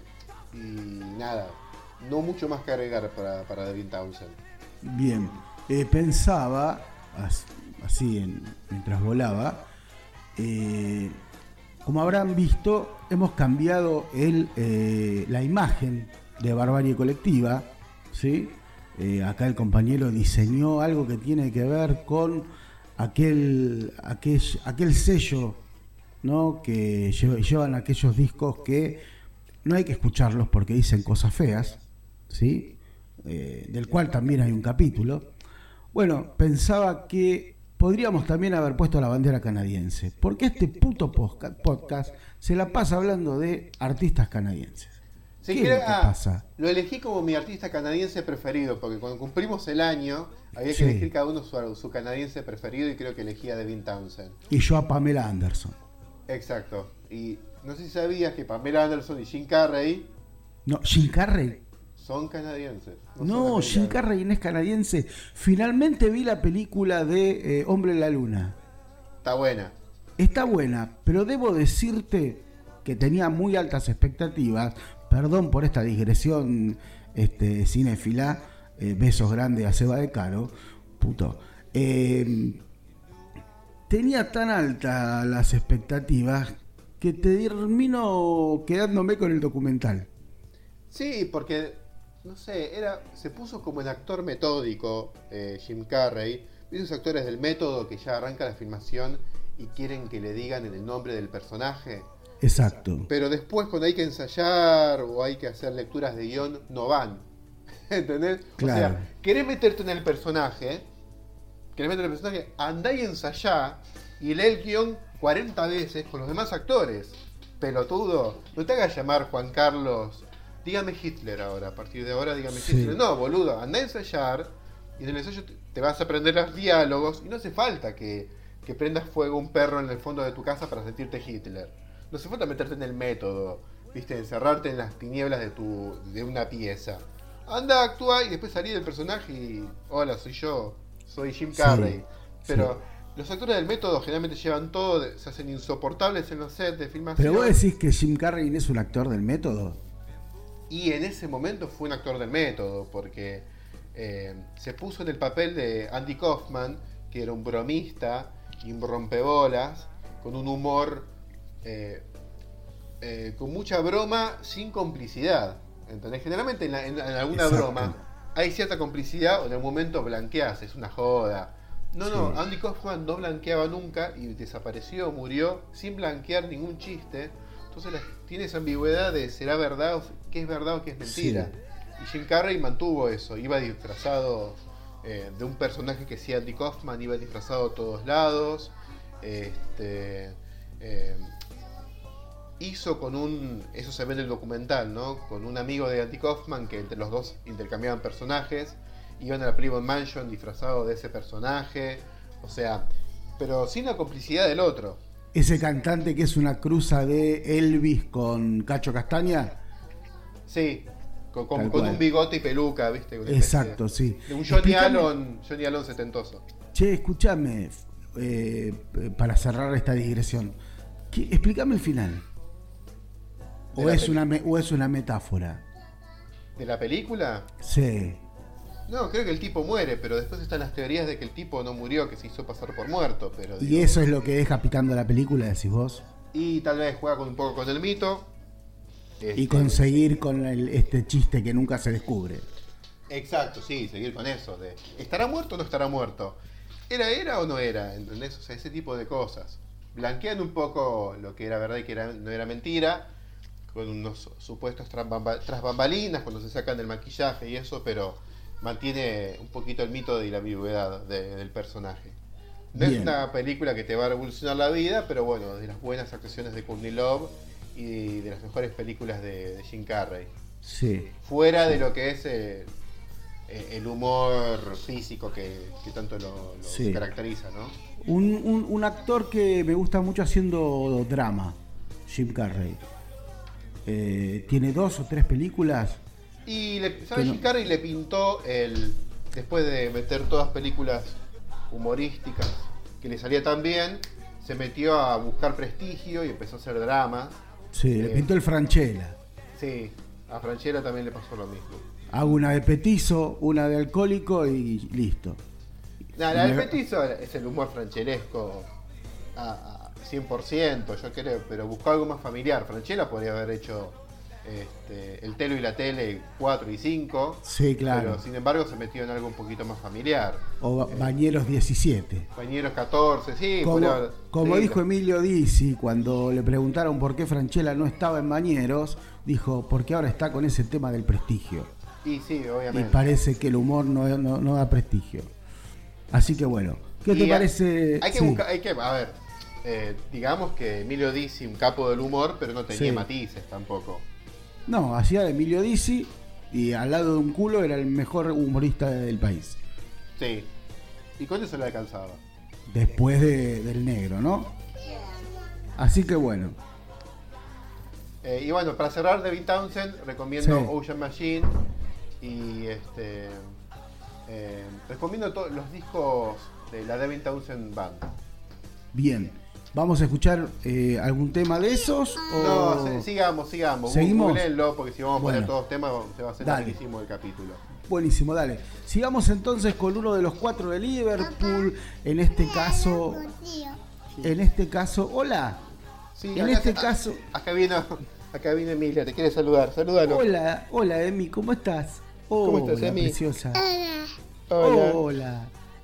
y nada, no mucho más que agregar para, para Devin Townsend. Bien, eh, pensaba así en, mientras volaba. Eh, como habrán visto, hemos cambiado el, eh, la imagen de Barbarie Colectiva, ¿sí? Eh, acá el compañero diseñó algo que tiene que ver con aquel, aquel, aquel sello, ¿no? Que llevan aquellos discos que no hay que escucharlos porque dicen cosas feas, ¿sí? Eh, del cual también hay un capítulo. Bueno, pensaba que podríamos también haber puesto la bandera canadiense, porque este puto podcast se la pasa hablando de artistas canadienses. Sí, ¿Qué que, es lo que ah, pasa? Lo elegí como mi artista canadiense preferido, porque cuando cumplimos el año había que Sí. elegir cada uno su, su canadiense preferido, y creo que elegí a Devin Townsend. Y yo a Pamela Anderson. Exacto. Y no sé si sabías que Pamela Anderson y Jim Carrey No, Jim Carrey. son canadienses. No, son Jim americanos. Carrey no es canadiense. Finalmente vi la película de eh, Hombre en la Luna. Está buena. Está buena, pero debo decirte que tenía muy altas expectativas. Perdón por esta digresión este, cinéfila. Eh, besos grandes a Seba de Caro. Puto. Eh, tenía tan altas las expectativas que termino quedándome con el documental. Sí, porque, no sé, era se puso como el actor metódico, eh, Jim Carrey. Esos actores del método que ya arranca la filmación y quieren que le digan el nombre del personaje. Exacto. Pero después, cuando hay que ensayar o hay que hacer lecturas de guión, no van. ¿Entendés? Claro. O sea, querés meterte en el personaje, querés meterte en el personaje, andá y ensayá y lee el guión cuarenta veces con los demás actores. Pelotudo, no te hagas llamar Juan Carlos. Dígame Hitler ahora, a partir de ahora dígame Sí. Hitler. No, boludo, andá a ensayar y en el ensayo te, te vas a aprender los diálogos y no hace falta que, que prendas fuego un perro en el fondo de tu casa para sentirte Hitler. No hace falta meterte en el método, viste, encerrarte en las tinieblas de tu de una pieza. Anda, actúa y después salí del personaje y hola, soy yo, soy Jim Carrey. Sí, Pero sí. los actores del método generalmente llevan todo, de- se hacen insoportables en los sets de filmación. Pero vos decís que Jim Carrey es un actor del método. Y en ese momento fue un actor del método, porque eh, se puso en el papel de Andy Kaufman, que era un bromista y un rompebolas, con un humor eh, eh, con mucha broma sin complicidad. ¿Entendés? Generalmente en, la- en- en alguna Exacto. broma hay cierta complicidad o en algún momento blanqueas, es una joda. No, Sí. no, Andy Kaufman no blanqueaba nunca y desapareció, murió sin blanquear ningún chiste. Entonces la, tiene esa ambigüedad de será verdad, o qué es verdad o qué es mentira. Sí. Y Jim Carrey mantuvo eso, iba disfrazado eh, de un personaje que decía Andy Kaufman, iba disfrazado a todos lados. Este, eh, hizo con un, eso se ve en el documental, ¿no? Con un amigo de Andy Kaufman, que entre los dos intercambiaban personajes, iban a la Playboy Mansion disfrazado de ese personaje, o sea, pero sin la complicidad del otro. Ese cantante que es una cruza de Elvis con Cacho Castaña. Sí. Con, con, con un bigote y peluca, ¿viste? Una Exacto, de, sí. De un Johnny Allen, Johnny Allen setentoso. Che, escúchame, eh, para cerrar esta digresión, ¿qué, explícame el final. O es, una, ¿O es una metáfora? ¿De la película? Sí. No, creo que el tipo muere, pero después están las teorías de que el tipo no murió, que se hizo pasar por muerto. Pero, ¿Y digo, eso es lo que deja picando la película, decís vos? Y tal vez juega con, un poco con el mito. Este, y conseguir con el, este chiste que nunca se descubre. Exacto, sí, seguir con eso. De, ¿estará muerto o no estará muerto? ¿Era, era o no era? ¿Entendés? O sea, ese tipo de cosas. Blanquean un poco lo que era verdad y que era, no era mentira, con unos supuestos tras, bamba, tras bambalinas, cuando se sacan del maquillaje y eso, pero mantiene un poquito el mito y la ambigüedad de, del personaje. No Bien. Es una película que te va a revolucionar la vida, pero bueno, de las buenas actuaciones de Courtney Love y de las mejores películas de, de Jim Carrey. Sí. Fuera de lo que es eh, el humor físico que, que tanto lo, lo sí. caracteriza, ¿no? Un, un, un actor que me gusta mucho haciendo drama, Jim Carrey. Eh, tiene dos o tres películas. Y le, ¿sabes? Jim no... Carrey le pintó el. Después de meter todas películas humorísticas que le salía tan bien, se metió a buscar prestigio y empezó a hacer drama. Sí, eh, le pintó el Franchella. Sí, a Franchella también le pasó lo mismo. Hago una de petizo, una de alcohólico y listo. No, la del petizo es el humor franchelesco a, a cien por ciento, yo creo, pero buscó algo más familiar. Franchella podría haber hecho este, el Telo y la Tele cuatro y cinco. Sí, claro. Pero sin embargo se metió en algo un poquito más familiar. O eh, Bañeros diecisiete. Bañeros catorce, sí. Como, haber, como sí, dijo lo... Emilio Dizzi, cuando le preguntaron por qué Franchella no estaba en Bañeros, dijo, porque ahora está con ese tema del prestigio. Y sí, obviamente. Y parece que el humor no, no, no da prestigio. Así que bueno, ¿qué te y parece? Hay que sí. buscar, hay que, a ver, eh, digamos que Emilio Dizzi, un capo del humor, pero no tenía sí. matices tampoco. No, hacía de Emilio Dizzi y al lado de un culo era el mejor humorista del país. Sí, y con eso le alcanzaba. Después de, del negro, ¿no? Así que bueno. Eh, y bueno, para cerrar, Devin Townsend, recomiendo sí. Ocean Machine y este eh, recomiendo todos los discos de la Devin Townsend Band. Bien. ¿Vamos a escuchar eh, algún tema de esos? O... No, se, sigamos, sigamos. ¿Seguimos? Googleenlo, porque si vamos a poner bueno. todos los temas, se va a hacer larguísimo el capítulo. Buenísimo, dale. Sigamos entonces con uno de los cuatro de Liverpool. En este caso. En este caso. Hola. Sí, en acá, este acá, caso. Acá vino, acá vino Emilia, te quiere saludar. Salúdalo. Hola, hola Emi, ¿cómo estás? Oh, ¿Cómo estás, Emi? Preciosa. Hola. Hola.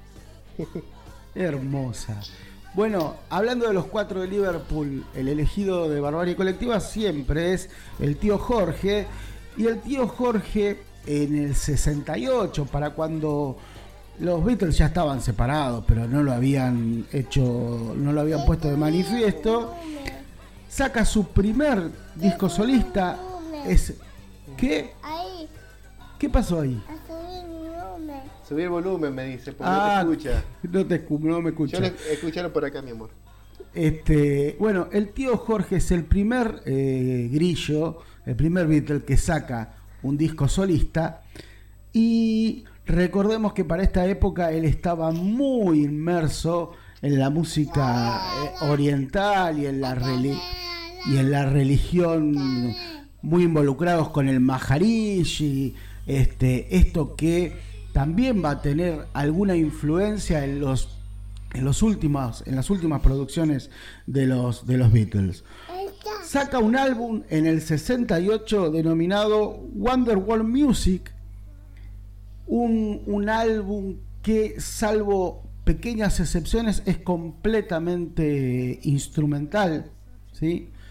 Hermosa. Bueno, hablando de los cuatro de Liverpool, el elegido de Barbarie Colectiva siempre es el tío Jorge. Y el tío Jorge en el sesenta y ocho, para cuando los Beatles ya estaban separados, pero no lo habían hecho, no lo habían puesto de manifiesto, saca su primer disco solista. Es ¿qué? ¿Qué pasó ahí? Subí el volumen, me dice, porque ah, no te escucha. No te no me escucha. Yo le, escuchalo por acá, mi amor. Este, bueno, el tío Jorge es el primer eh, grillo, el primer Beatle que saca un disco solista. Y recordemos que para esta época él estaba muy inmerso en la música eh, oriental y en la reli- y en la religión, muy involucrados con el Maharishi, este, esto que también va a tener alguna influencia en los en los últimos en las últimas producciones de los de los Beatles. Saca un álbum en el sesenta y ocho denominado Wonderwall Music, un un álbum que, salvo pequeñas excepciones, es completamente instrumental, ¿sí?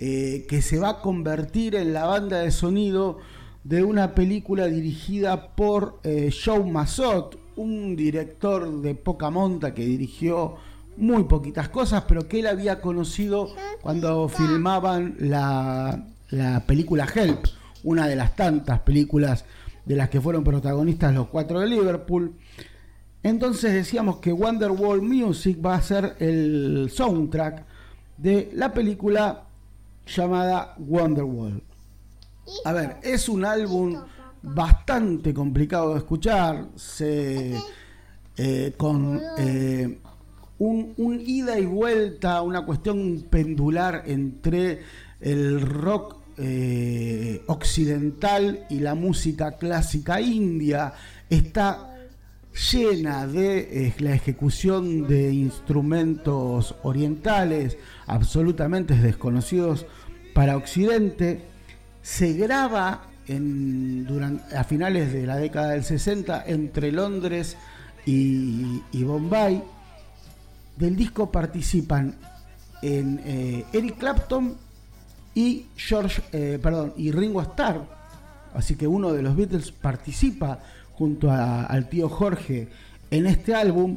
eh, que se va a convertir en la banda de sonido de una película dirigida por eh, Joe Mazot, un director de poca monta que dirigió muy poquitas cosas, pero que él había conocido cuando filmaban la, la película Help, una de las tantas películas de las que fueron protagonistas los cuatro de Liverpool. Entonces decíamos que Wonderwall Music va a ser el soundtrack de la película llamada Wonderwall. A ver, es un álbum bastante complicado de escuchar, se, eh, con eh, un, un ida y vuelta, una cuestión pendular entre el rock eh, occidental y la música clásica india. Está llena de eh, la ejecución de instrumentos orientales absolutamente desconocidos para Occidente. Se graba en, durante, a finales de la década del sesenta entre Londres y, y Bombay. Del disco participan en eh, Eric Clapton y George, eh, perdón, y Ringo Starr. Así que uno de los Beatles participa junto a, al tío Jorge en este álbum.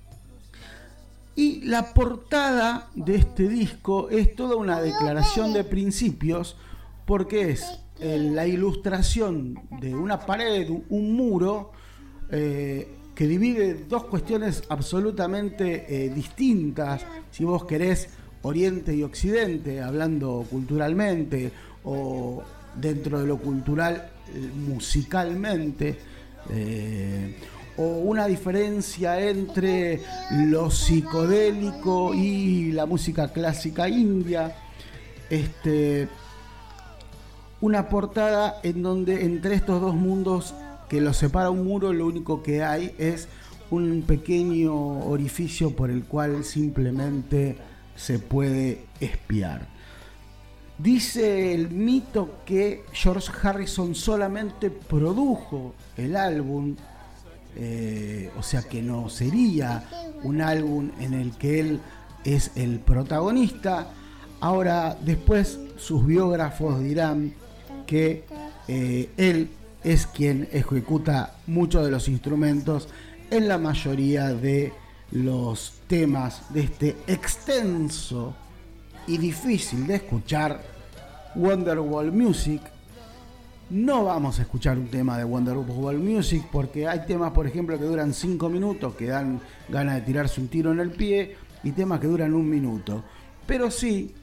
Y la portada de este disco es toda una declaración de principios, porque es eh, la ilustración de una pared, un, un muro, eh, que divide dos cuestiones absolutamente eh, distintas, si vos querés, Oriente y Occidente, hablando culturalmente, o dentro de lo cultural, eh, musicalmente, eh, o una diferencia entre lo psicodélico y la música clásica india. Este... Una portada en donde entre estos dos mundos que los separa un muro, lo único que hay es un pequeño orificio por el cual simplemente se puede espiar. Dice el mito que George Harrison solamente produjo el álbum, eh, o sea que no sería un álbum en el que él es el protagonista. Ahora, después sus biógrafos dirán que eh, él es quien ejecuta muchos de los instrumentos en la mayoría de los temas de este extenso y difícil de escuchar Wonderwall Music. No vamos a escuchar un tema de Wonderwall Music porque hay temas, por ejemplo, que duran cinco minutos, que dan ganas de tirarse un tiro en el pie, y temas que duran un minuto. Pero sí,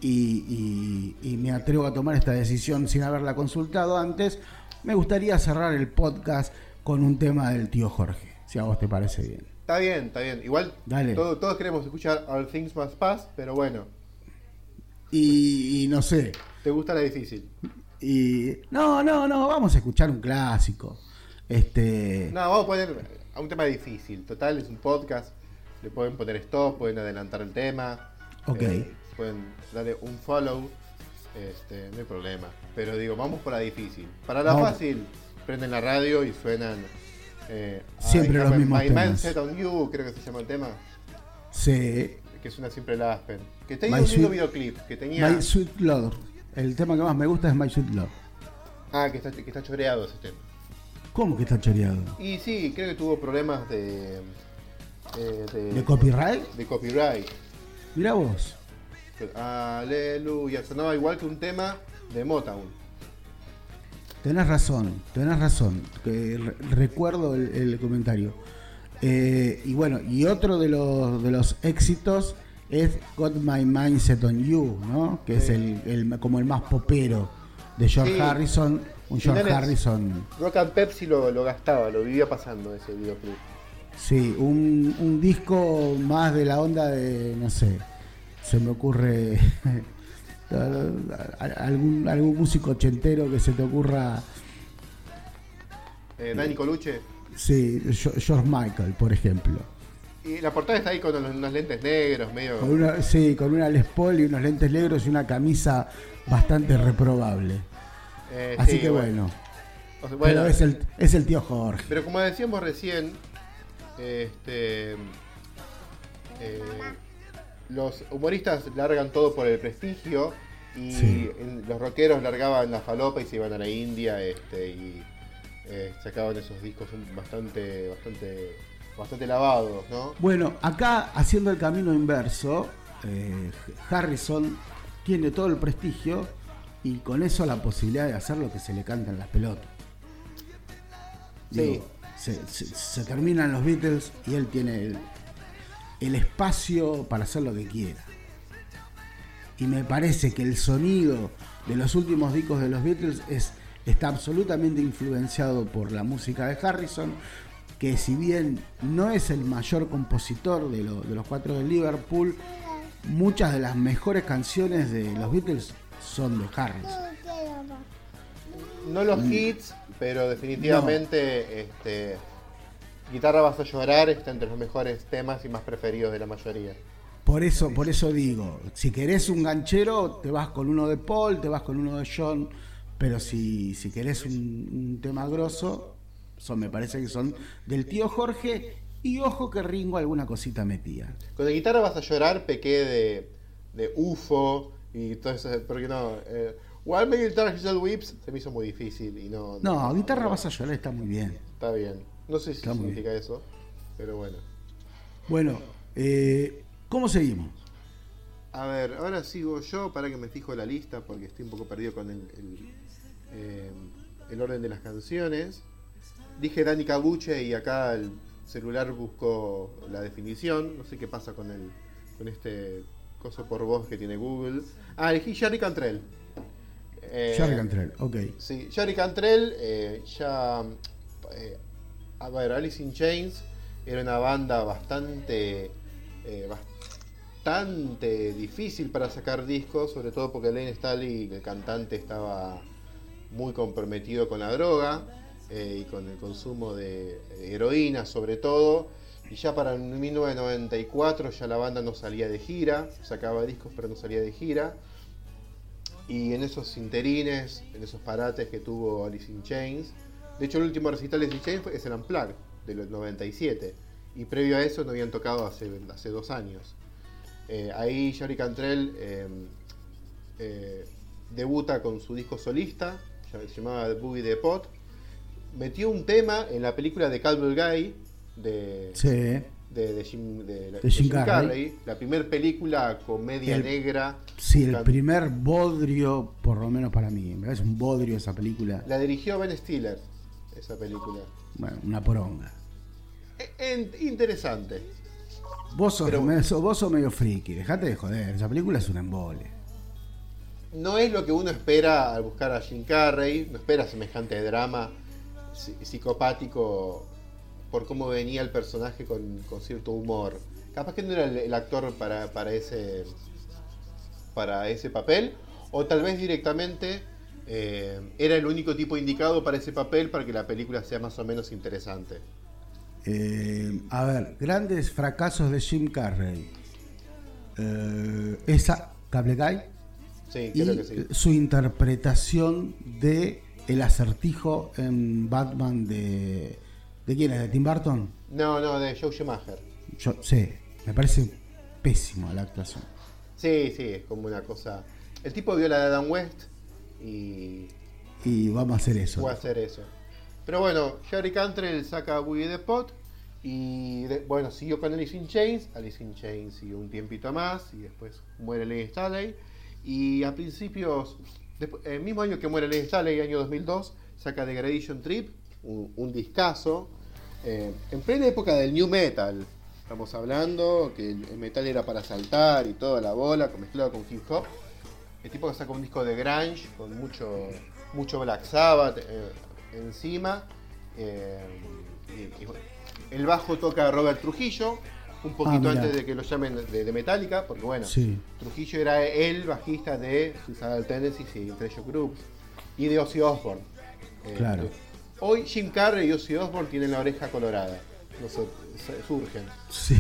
Y, y, y me atrevo a tomar esta decisión sin haberla consultado antes, me gustaría cerrar el podcast con un tema del tío Jorge, si a vos te parece bien. Está bien, está bien. Igual todo, todos queremos escuchar All Things Must Pass, pero bueno. Y, y no sé. ¿Te gusta la difícil? Y no, no, no, vamos a escuchar un clásico. Este. No, vamos a poner a un tema difícil. Total, es un podcast. Le pueden poner stop, pueden adelantar el tema. Ok. Eh, pueden darle un follow, este, no hay problema. Pero digo, vamos por la difícil. Para la no. fácil, prenden la radio y suenan eh, siempre los mismos My temas. Mindset on You, creo que se llama el tema. Sí. Que suena siempre la Aspen. Que tenía un lindo videoclip. Que tenía... My Sweet Lord. El tema que más me gusta es My Sweet Lord. Ah, que está, que está choreado ese tema. ¿Cómo que está choreado? Y sí, creo que tuvo problemas de... Eh, de, ¿De copyright? De copyright. Mirá vos. Aleluya, sonaba igual que un tema de Motown. Tenés razón, tenés razón. Que re- recuerdo el, el comentario. Eh, y bueno, y otro de los de los éxitos es Got My Mindset on You, ¿no? Que sí. es el, el como el más popero de George sí. Harrison. Un George Finales, Harrison. Rock and Pepsi lo, lo gastaba, lo vivía pasando ese videoclip. Sí, un, un disco más de la onda de, no sé, se me ocurre algún, algún músico ochentero que se te ocurra. Eh, Danny Coluche. Sí, George Michael, por ejemplo. Y la portada está ahí con unos, unos lentes negros, medio. Con una, sí, con una Les Paul y unos lentes negros y una camisa bastante reprobable. Eh, Así sí, que bueno. O sea, bueno, pero es el, es el tío Jorge. Pero como decíamos recién, este, eh, los humoristas largan todo por el prestigio y Sí. en- los rockeros largaban la falopa y se iban a la India este, y eh, sacaban esos discos un- bastante, bastante, bastante lavados, ¿no? Bueno, acá haciendo el camino inverso, eh, Harrison tiene todo el prestigio y con eso la posibilidad de hacer lo que se le canta en las pelotas. Sí. Digo, se, se- se terminan los Beatles y él tiene el, el espacio para hacer lo que quiera. Y me parece que el sonido de los últimos discos de los Beatles es, está absolutamente influenciado por la música de Harrison, que si bien no es el mayor compositor de, lo- de los cuatro de Liverpool, muchas de las mejores canciones de los Beatles son de Harrison. No los hits, pero definitivamente este, Guitarra Vas a Llorar está entre los mejores temas y más preferidos de la mayoría. Por eso, por eso digo, si querés un ganchero, te vas con uno de Paul, te vas con uno de John, pero si, si querés un, un tema grosso, son, me parece que son del tío Jorge, y ojo que Ringo alguna cosita metía. Con la Guitarra Vas a Llorar pequé de, de U F O y todo eso, porque no... Eh, While My Guitar Gets Whips se me hizo muy difícil y no... No, Guitarra Vas a Llorar está muy bien. Está bien. No sé si Está muy significa eso, pero bueno. Bueno, eh, ¿cómo seguimos? A ver, ahora sigo yo para que me fijo la lista porque estoy un poco perdido con el, el, eh, el orden de las canciones. Dije Danny Kabuche y acá el celular buscó la definición. No sé qué pasa con el con este coso por voz que tiene Google. Ah, elegí Jerry Cantrell. Eh, Jerry Cantrell, ok. Sí, Jerry Cantrell eh, ya... eh, a ver, Alice in Chains era una banda bastante... eh, bastante difícil para sacar discos, sobre todo porque Layne Staley, el cantante, estaba muy comprometido con la droga eh, y con el consumo de heroína sobre todo, y ya para mil novecientos noventa y cuatro ya la banda no salía de gira, sacaba discos pero no salía de gira, y en esos interines, en esos parates que tuvo Alice in Chains, de hecho el último recital de Alice in Chains es el Unplugged del noventa y siete, y previo a eso no habían tocado hace, hace dos años. Eh, ahí Jerry Cantrell eh, eh, debuta con su disco solista, se llamaba The Boogie the Pot. Metió un tema en la película de Caldwell Guy de, Sí. de, de Jim, de, De Jim Carrey. la primera película comedia El- negra. Sí, el Can- primer bodrio, por lo menos para mí, me parece un bodrio esa película. La dirigió Ben Stiller, esa película. Bueno, una poronga. E- en- interesante. Vos sos, Pero- me- sos- vos sos medio friki, dejate de joder, esa película es un embole. No es lo que uno espera al buscar a Jim Carrey, no espera semejante drama psi- psicopático por cómo venía el personaje con, con cierto humor. Capaz que no era el, el actor para, para ese para ese papel, o tal vez directamente eh, era el único tipo indicado para ese papel para que la película sea más o menos interesante. Eh, a ver, grandes fracasos de Jim Carrey. Eh, esa, Cable Guy, Sí, y creo que sí. su interpretación de El Acertijo en Batman de... ¿De quién es? ¿De Tim Burton? No, no, de Joe Schumacher. Yo sé, me parece pésimo la actuación. Sí, sí, es como una cosa... El tipo vio la de Adam West y Y vamos a hacer eso. fue a hacer eso. Pero bueno, Jerry Cantrell saca Boogie the Pot y de- bueno, siguió con Alice in Chains. Alice in Chains siguió un tiempito más y después muere Layne Staley. Y a principios, después, el mismo año que muere Layne Staley, año dos mil dos, saca Degradation Trip, un, un discazo, eh, en plena época del New Metal. Estamos hablando que el, el metal era para saltar y toda la bola, mezclado con hip hop. El tipo que saca un disco de grunge con mucho, mucho Black Sabbath eh, encima. Eh, y- y bueno, el bajo toca Robert Trujillo, un poquito Ah, mirá. antes de que lo llamen de, de Metallica, porque bueno, Sí. Trujillo era el bajista de Suicidal Tendencies y Treasure Groups y de Ozzy Osbourne. Eh, Claro. Hoy Jim Carrey y Ozzy Osbourne tienen la oreja colorada, no sé, se- surgen. Sí.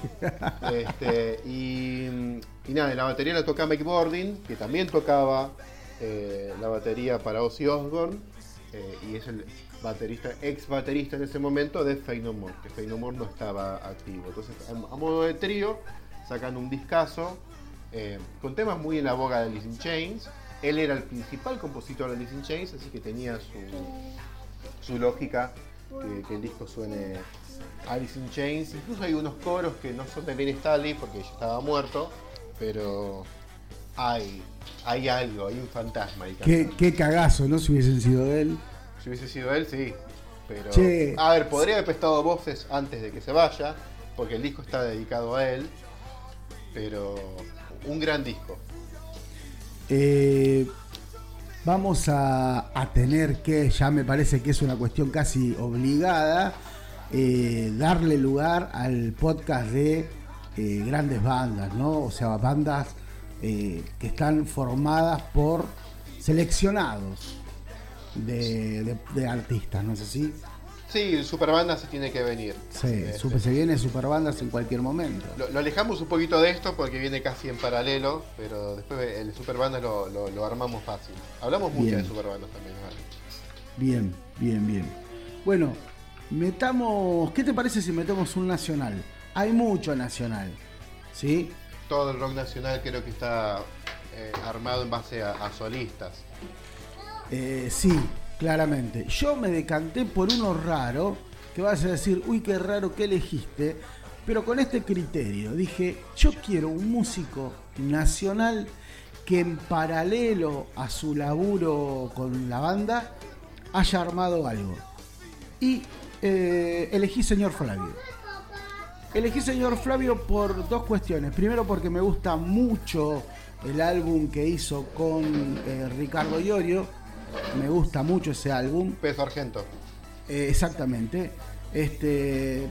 Este, y, y nada, en la batería la toca Mike Bordin, que también tocaba eh, la batería para Ozzy Osbourne, eh, y es el baterista, ex baterista en ese momento de Faith No More, que Faith No More no estaba activo. Entonces, a, a modo de trío, sacan un discazo eh, con temas muy en la boga de Alice in Chains. Él era el principal compositor de Alice in Chains, así que tenía su, su lógica que, que el disco suene Alice in Chains. Incluso hay unos coros que no son de Ben Staley porque ya estaba muerto, pero hay, hay algo, hay un fantasma ahí. Qué, qué cagazo, ¿no? Si hubiesen sido de él. Si hubiese sido él, sí. Pero, che. A ver, podría haber prestado voces antes de que se vaya, porque el disco está dedicado a él, pero un gran disco. Eh, vamos a, a tener que, ya me parece que es una cuestión casi obligada, eh, darle lugar al podcast de eh, grandes bandas, ¿no? O sea, bandas eh, que están formadas por seleccionados de, de, de artistas, ¿no es así? Sí, el Superbanda se tiene que venir. Sí, este. super, se viene Superbandas en cualquier momento. Lo, lo alejamos un poquito de esto porque viene casi en paralelo, pero después el Superbandas lo, lo, lo armamos fácil. Hablamos mucho Bien. de Superbandas también, ¿vale? Bien, bien, bien. Bueno, metamos. ¿Qué te parece si metemos un nacional? Hay mucho nacional, ¿sí? Todo el rock nacional creo que está eh, armado en base a, a solistas. Eh, sí, claramente. Yo me decanté por uno raro, que vas a decir, uy, qué raro que elegiste, pero con este criterio. Dije, yo quiero un músico nacional que en paralelo a su laburo con la banda haya armado algo. Y eh, elegí Señor Flavio. Elegí Señor Flavio por dos cuestiones. Primero porque me gusta mucho el álbum que hizo con eh, Ricardo Iorio. Me gusta mucho ese álbum. Peso Argento. Eh, exactamente. Este.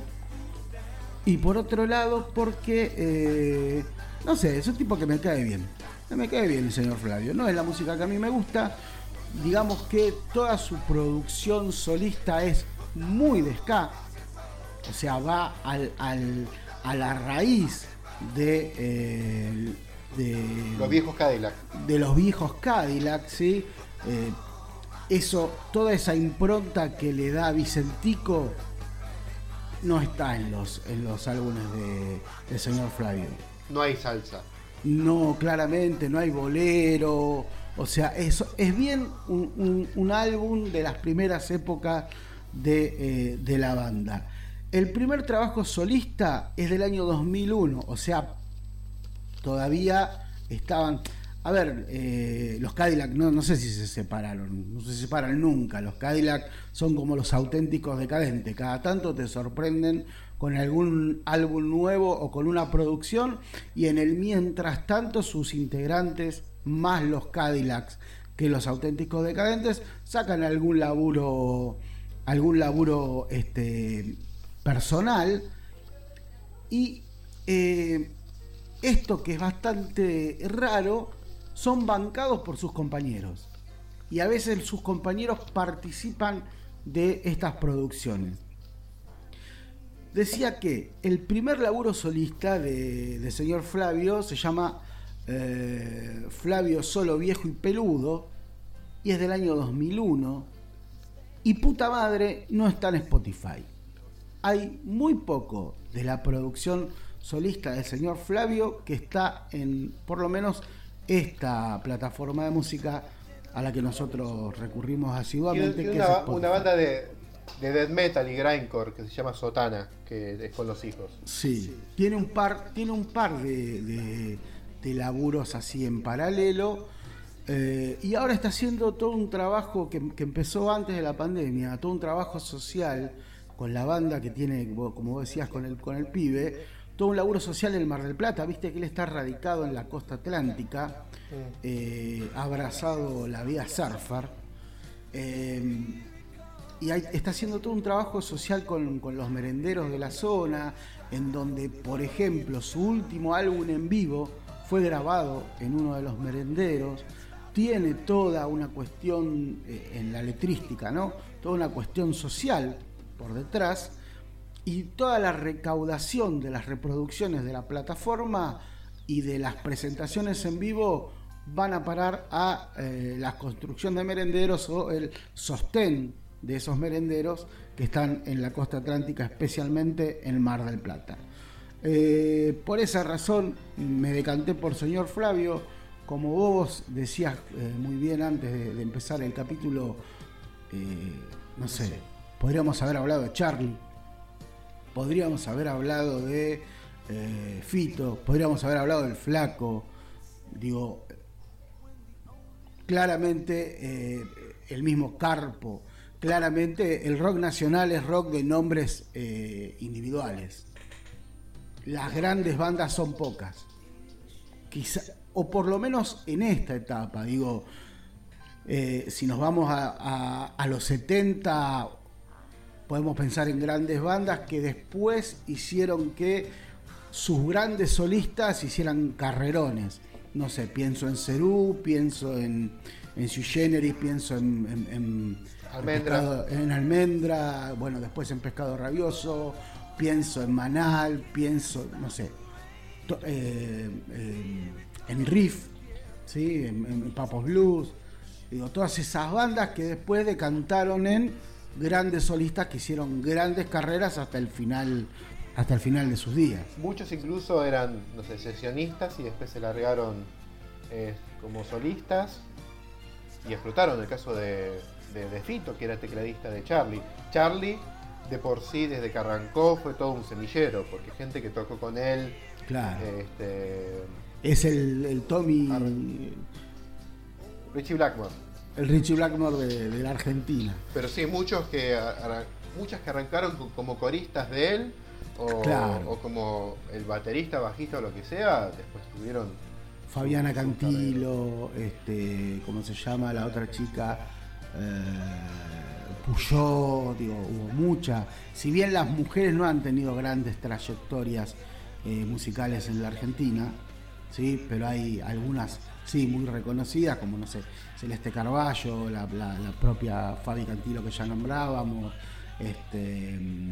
Y por otro lado, porque eh, no sé, es un tipo que me cae bien. Me cae bien el señor Flavio. No es la música que a mí me gusta. Digamos que toda su producción solista es muy de ska. O sea, va al, al, a la raíz de, eh, de los viejos Cadillac. De los viejos Cadillac, ¿sí? Eh, eso, toda esa impronta que le da Vicentico no está en los, en los álbumes de, de señor Flavio. No hay salsa. No, claramente, no hay bolero. O sea, eso es bien un, un, un álbum de las primeras épocas de, eh, de la banda. El primer trabajo solista es del año dos mil uno, o sea, todavía estaban... A ver, eh, los Cadillac, no, no sé si se separaron, no se separan nunca. Los Cadillac son como los auténticos decadentes. Cada tanto te sorprenden con algún álbum nuevo o con una producción, y en el mientras tanto sus integrantes, más los Cadillacs que los auténticos decadentes, sacan algún laburo, algún laburo este, personal. Y eh, esto que es bastante raro, son bancados por sus compañeros, y a veces sus compañeros participan de estas producciones. Decía que el primer laburo solista de, de señor Flavio se llama eh, Flavio Solo Viejo y Peludo, y es del año dos mil uno, y puta madre no está en Spotify. Hay muy poco de la producción solista del señor Flavio que está en, por lo menos, esta plataforma de música a la que nosotros recurrimos asiduamente. Tiene, que una, es una banda de, de death metal y grindcore que se llama Sotana, que es con los hijos. Sí, tiene un par, tiene un par de, de, de laburos así en paralelo, eh, y ahora está haciendo todo un trabajo que, que empezó antes de la pandemia, todo un trabajo social con la banda que tiene, como vos decías, con el, con el pibe. Todo un laburo social en el Mar del Plata. Viste que él está radicado en la costa atlántica, eh, ha abrazado la vida surfer, eh, y hay, está haciendo todo un trabajo social con, con los merenderos de la zona, en donde, por ejemplo, su último álbum en vivo fue grabado en uno de los merenderos. Tiene toda una cuestión eh, en la letrística, ¿no? Toda una cuestión social por detrás. Y toda la recaudación de las reproducciones de la plataforma y de las presentaciones en vivo van a parar a eh, la construcción de merenderos o el sostén de esos merenderos que están en la costa atlántica, especialmente en Mar del Plata. Eh, por esa razón me decanté por Señor Flavio. Como vos decías eh, muy bien antes de, de empezar el capítulo, eh, no sé, podríamos haber hablado de Charlie, podríamos haber hablado de eh, Fito, podríamos haber hablado del Flaco. Digo, claramente eh, el mismo Carpo. Claramente el rock nacional es rock de nombres eh, individuales. Las grandes bandas son pocas. Quizá, o por lo menos en esta etapa, digo, eh, si nos vamos a, a, a los setenta, podemos pensar en grandes bandas que después hicieron que sus grandes solistas hicieran carrerones. No sé, pienso en Cerú, pienso en, en Sui Generis, pienso en, en, en, Almendra. Pescado, en Almendra, bueno, después en Pescado Rabioso, pienso en Manal, pienso, no sé, to, eh, eh, en Riff, ¿sí? en, en Papos Blues, digo, todas esas bandas que después decantaron en grandes solistas que hicieron grandes carreras hasta el final, hasta el final de sus días. Muchos incluso eran, no sé, sesionistas y después se largaron eh, como solistas y explotaron. El caso de, de, de Fito, que era tecladista de Charlie. Charlie, de por sí, desde que arrancó, fue todo un semillero, porque gente que tocó con él. Claro. Este, es el, el Tommy. Ar- Richie Blackmore. El Richie Blackmore de, de la Argentina. Pero sí, muchos que arran- muchas que arrancaron co- como coristas de él, o, Claro. o como el baterista, bajista o lo que sea, después tuvieron. Fabiana su- su Cantilo, este, ¿cómo se llama la otra chica? Eh, Puyó, digo, hubo muchas. Si bien las mujeres no han tenido grandes trayectorias eh, musicales en la Argentina, sí, pero hay algunas sí muy reconocidas, como no sé, Celeste Carballo, la, la, la propia Fabi Cantilo que ya nombrábamos, este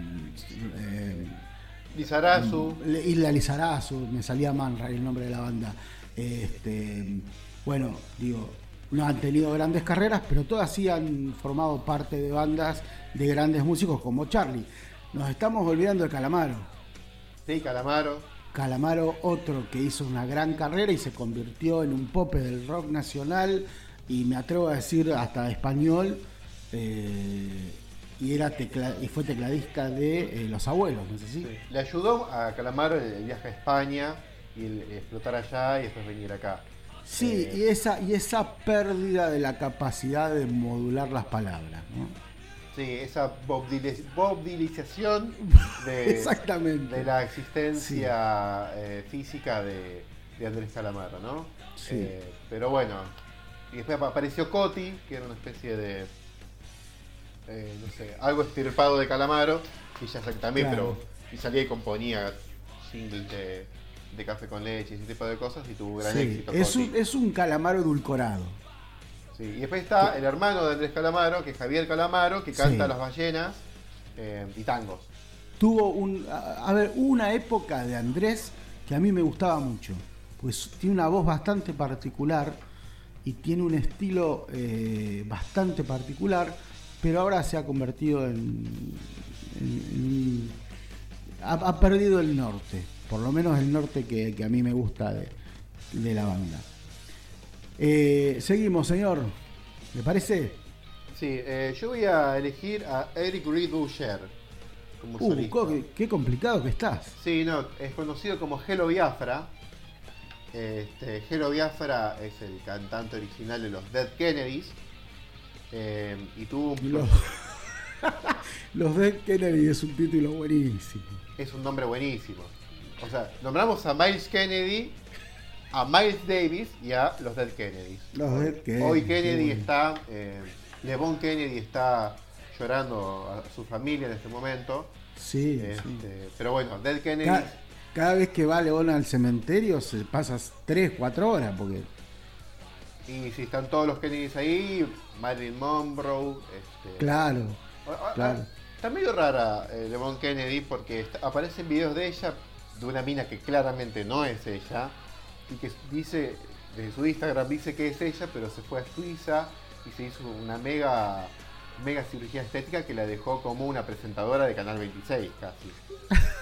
eh, Lizarazu. Isla Lizarazu, me salía mal el nombre de la banda. Este, bueno, digo, no han tenido grandes carreras, pero todas sí han formado parte de bandas de grandes músicos como Charlie. Nos estamos olvidando de Calamaro. Sí, Calamaro. Calamaro, otro que hizo una gran carrera y se convirtió en un pope del rock nacional y me atrevo a decir hasta español, eh, y era tecla, y fue tecladista de eh, Los Abuelos, ¿no sé si? Sí. Le ayudó a Calamaro el, el viaje a España y el explotar allá y después venir acá. Sí, Eh, y esa y esa pérdida de la capacidad de modular las palabras, ¿no? Sí, esa bobdile- bobdilización de, Exactamente. de la existencia sí. eh, física de, de Andrés Calamaro, ¿no? Sí. Eh, pero bueno, y después apareció Coti, que era una especie de, eh, no sé, algo estirpado de Calamaro, y ya también, Claro. pero y salía y componía singles de, de Café con Leche y ese tipo de cosas, y tuvo gran Sí, éxito. es Coti. un, es un Calamaro edulcorado. Sí, y después está el hermano de Andrés Calamaro, que es Javier Calamaro, que canta Sí. Las Ballenas eh, y tangos. Tuvo un, a, a ver, hubo una época de Andrés que a mí me gustaba mucho, pues tiene una voz bastante particular y tiene un estilo eh, bastante particular, pero ahora se ha convertido en, en- en un- ha, ha perdido el norte, por lo menos el norte que, que a mí me gusta de, de la banda. Eh, seguimos, señor, ¿le parece? Sí, eh, yo voy a elegir a Eric Reed Boucher como Uh, solista. co- qué, qué complicado que estás. Sí, no, es conocido como Hello Biafra. Este, Hello Biafra es el cantante original de los Dead Kennedys. Eh, y tuvo un... Los, los Dead Kennedy es un título buenísimo. Es un nombre buenísimo. O sea, nombramos a Miles Kennedy, a Miles Davis y a los Dead Kennedys. Los Dead Kennedy. Hoy qué Kennedy bueno. está, eh, Levon Kennedy está llorando a su familia en este momento. Sí, Este, sí. Pero bueno, Dead Kennedy. Cada, cada vez que va León al cementerio se pasas tres, cuatro horas porque Y si están todos los Kennedys ahí, Marilyn Monroe. Este, claro, a- a- claro. Está medio rara eh, Levon Kennedy porque está- aparecen videos de ella, de una mina que claramente no es ella, y que dice, desde su Instagram dice que es ella, pero se fue a Suiza y se hizo una mega mega cirugía estética que la dejó como una presentadora de Canal veintiséis casi.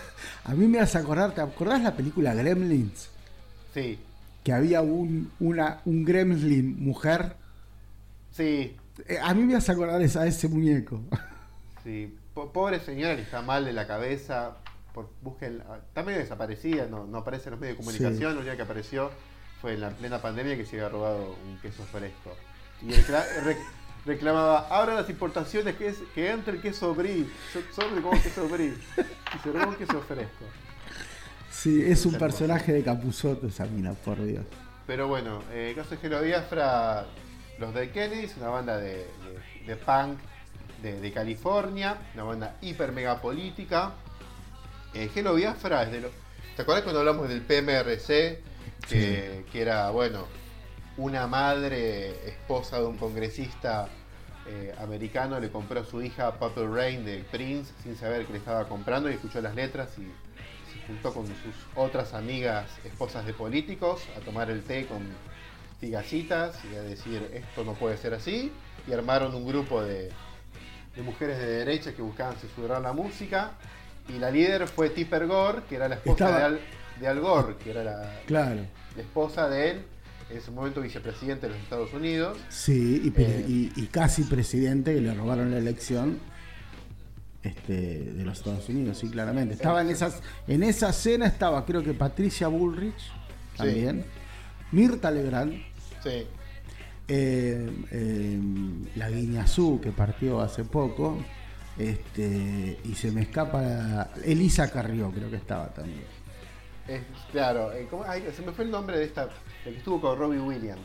A mí me hace acordar, ¿te acordás la película Gremlins? Sí. Que había un, una, un gremlin mujer. Sí. Eh, a mí me hace acordar esa, a ese muñeco. Sí. Pobre señora que está mal de la cabeza. Por, busquen, está medio desaparecida, no, no aparece en los medios de comunicación. Sí. La única que apareció fue en la plena pandemia que se había robado un queso fresco. Y recla, rec, reclamaba, ahora las importaciones, que, es, que entre el queso brie. Sobre como queso brie. Y se robó un queso fresco. Sí, es un personaje de Capusotto esa mina, por Dios. Pero bueno, eh, el caso de Hello Biafra, los Dead Kennedys, una banda de, de, de punk de, de California, una banda hiper mega política. Eh, Hello Biafra es de lo... ¿Te acuerdas cuando hablamos del P M R C? Que, sí. que era, bueno, una madre esposa de un congresista eh, americano le compró a su hija Purple Rain de Prince sin saber que le estaba comprando y escuchó las letras y juntó con sus otras amigas esposas de políticos a tomar el té con figacitas y a decir esto no puede ser así, y armaron un grupo de, de mujeres de derecha que buscaban censurar la música, y la líder fue Tipper Gore, que era la esposa Estaba... de, Al, de Al Gore, que era la, claro. la esposa de él, en ese momento vicepresidente de los Estados Unidos. Sí, y, eh, y, y casi presidente, que le robaron la elección. Este, de los Estados Unidos, sí, claramente. Estaba en esas, en esa cena estaba, creo que Patricia Bullrich también, sí. Mirta Legrand, sí. eh, eh, la Guiñazú, que partió hace poco, este, y se me escapa Elisa Carrió, creo que estaba también. Es, claro, eh, ¿cómo? Ay, se me fue el nombre de esta, de que estuvo con Robbie Williams.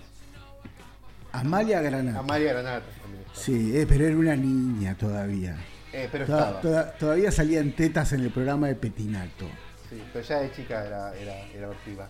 Amalia Granata. Amalia Granata también. Sí, eh, pero era una niña todavía. Eh, pero Toda, estaba. Toda, todavía salían tetas en el programa de Petinato. Sí, pero ya de chica era, era, era ortiva.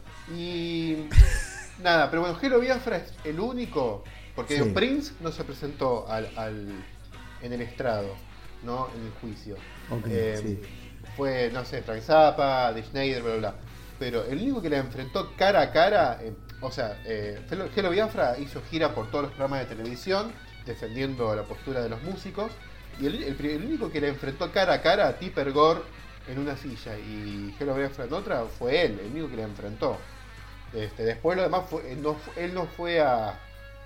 Y nada, pero bueno, Hello Biafra es el único, porque sí. digo, Prince no se presentó al, al, en el estrado, ¿no? En el juicio. Okay, eh, sí. Fue, no sé, Frank Zappa, de Schneider, bla, bla, bla. Pero el único que la enfrentó cara a cara, eh, o sea, eh, Hello Biafra hizo gira por todos los programas de televisión, defendiendo la postura de los músicos. Y el, el, el único que le enfrentó cara a cara a Tipper Gore en una silla y Hello Biafra en otra fue él, el único que le enfrentó. Este, después lo demás fue, él, no, él no fue a,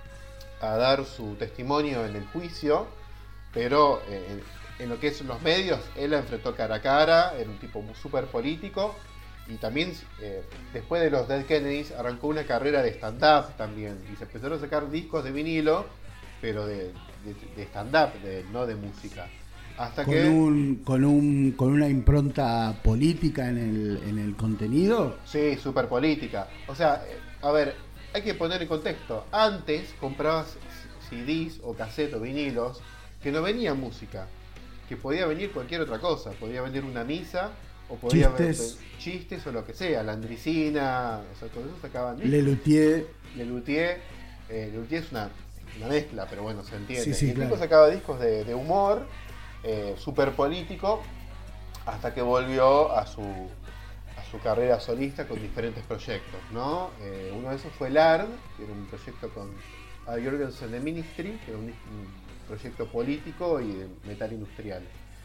a dar su testimonio en el juicio, pero eh, en, en lo que es los medios, él la enfrentó cara a cara, era un tipo súper político. Y también eh, después de los Dead Kennedys arrancó una carrera de stand-up también. Y se empezaron a sacar discos de vinilo, pero de... de, de stand-up, de, no de música. Hasta con que... Un, con, un, con una impronta política en el, en el contenido. Sí, súper política. O sea, a ver, hay que poner en contexto. Antes comprabas C Ds o casetos, vinilos, que no venía música. Que podía venir cualquier otra cosa. Podía venir una misa, o podía chistes. venir chistes o lo que sea. Landricina, o sea, todo eso sacaban discos. Lelutier. Lelutier. Eh, Lelutier es una... una mezcla, pero bueno, se entiende. Sí, sí, y el claro. tipo sacaba discos de, de humor, eh, súper político, hasta que volvió a su, a su carrera solista con diferentes proyectos, ¿no? Eh, uno de esos fue Lard, que era un proyecto con Al Jorgensen de Ministry, que era un, un proyecto político y de metal industrial.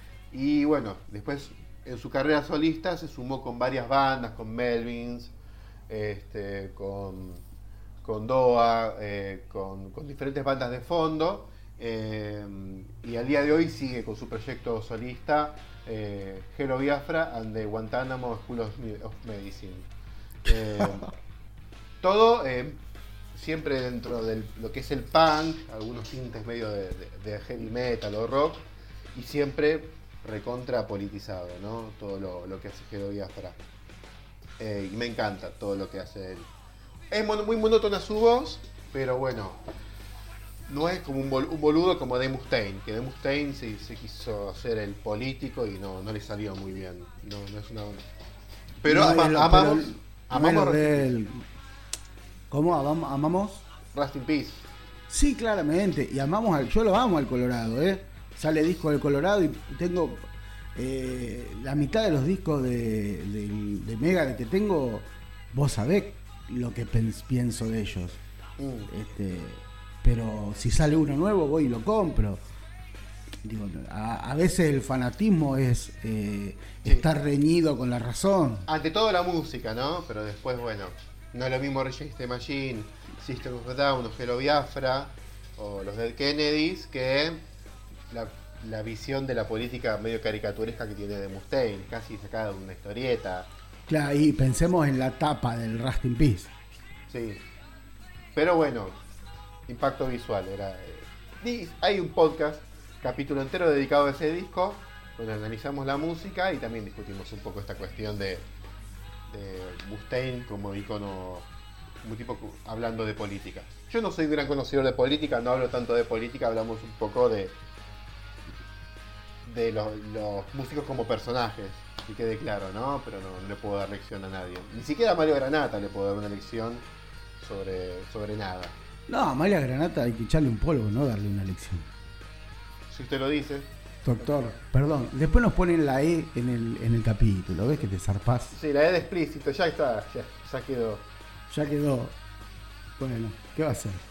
Y bueno, después en su carrera solista se sumó con varias bandas, con Melvins, este, con... con Doha, eh, con, con diferentes bandas de fondo, eh, y al día de hoy sigue con su proyecto solista, eh, Hello Biafra and the Guantánamo School of, of Medicine. Eh, todo eh, siempre dentro de lo que es el punk, algunos tintes medio de, de, de heavy metal o rock, y siempre recontra politizado, ¿no? Todo lo, lo que hace Hello Biafra. Eh, y me encanta todo lo que hace él. Es muy monótona su voz, pero bueno, no es como un, bol, un boludo como Dave Mustaine, que Dave Mustaine se, se quiso hacer el político y no, no le salió muy bien. No, no es una... Pero, no, ama, el, amamos... pero amamos no del... ¿Cómo? ¿Amamos? Rust in Peace. Sí, claramente. Y amamos al... Yo lo amo al Colorado, ¿eh? Sale disco del Colorado y tengo... Eh, la mitad de los discos de, de, de Megadeth que tengo, vos sabés lo que pienso de ellos. Mm. Este, pero si sale uno nuevo voy y lo compro. digo, a, a veces el fanatismo es eh, Sí. estar reñido con la razón. Ante todo la música, ¿no? Pero después, bueno, no es lo mismo Rage Against the Machine, System of a Down, o Hello Biafra, o los Dead Kennedys, que la, la visión de la política medio caricaturesca que tiene de Mustaine, casi sacada de una historieta. Claro, y pensemos en la tapa del Rust in Peace. Sí. Pero bueno, impacto visual. Era, eh, hay un podcast, capítulo entero dedicado a ese disco, donde analizamos la música y también discutimos un poco esta cuestión de, de Mustaine como icono, como tipo hablando de política. Yo no soy un gran conocedor de política, no hablo tanto de política, hablamos un poco de de los, los músicos como personajes, que quede claro, ¿no? Pero no, no le puedo dar lección a nadie. Ni siquiera a Mario Granata le puedo dar una lección sobre, sobre nada. No, a Amalia Granata hay que echarle un polvo, no darle una lección. Si usted lo dice. Doctor, perdón, después nos ponen la E en el, en el capítulo, ¿ves que te zarpás? Sí, la E de explícito, ya está, ya, ya quedó. Ya quedó. Bueno, ¿qué va a hacer?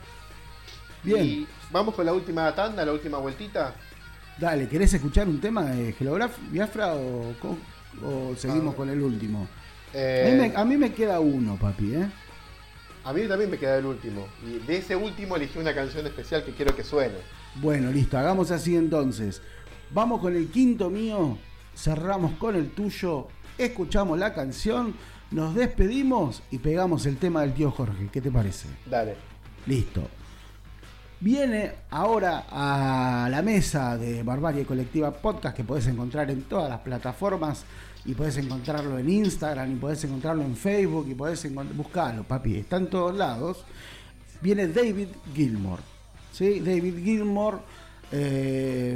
Bien, Y vamos con la última tanda, la última vueltita. dale, ¿querés escuchar un tema de Hello Biafra o, co- o seguimos Ah. con el último? Eh, A, mí me, a mí me queda uno, papi, ¿eh? a mí también me queda el último. Y de ese último elegí una canción especial que quiero que suene. Bueno, listo, hagamos así entonces. Vamos con el quinto mío, cerramos con el tuyo, escuchamos la canción, nos despedimos y pegamos el tema del tío Jorge. ¿Qué te parece? Dale. Listo. Viene ahora a la mesa de Barbarie Colectiva Podcast, que podés encontrar en todas las plataformas, y podés encontrarlo en Instagram, y podés encontrarlo en Facebook, y podés encont- buscarlo, papi, está en todos lados. Viene David Gilmour, ¿sí? David Gilmour, eh,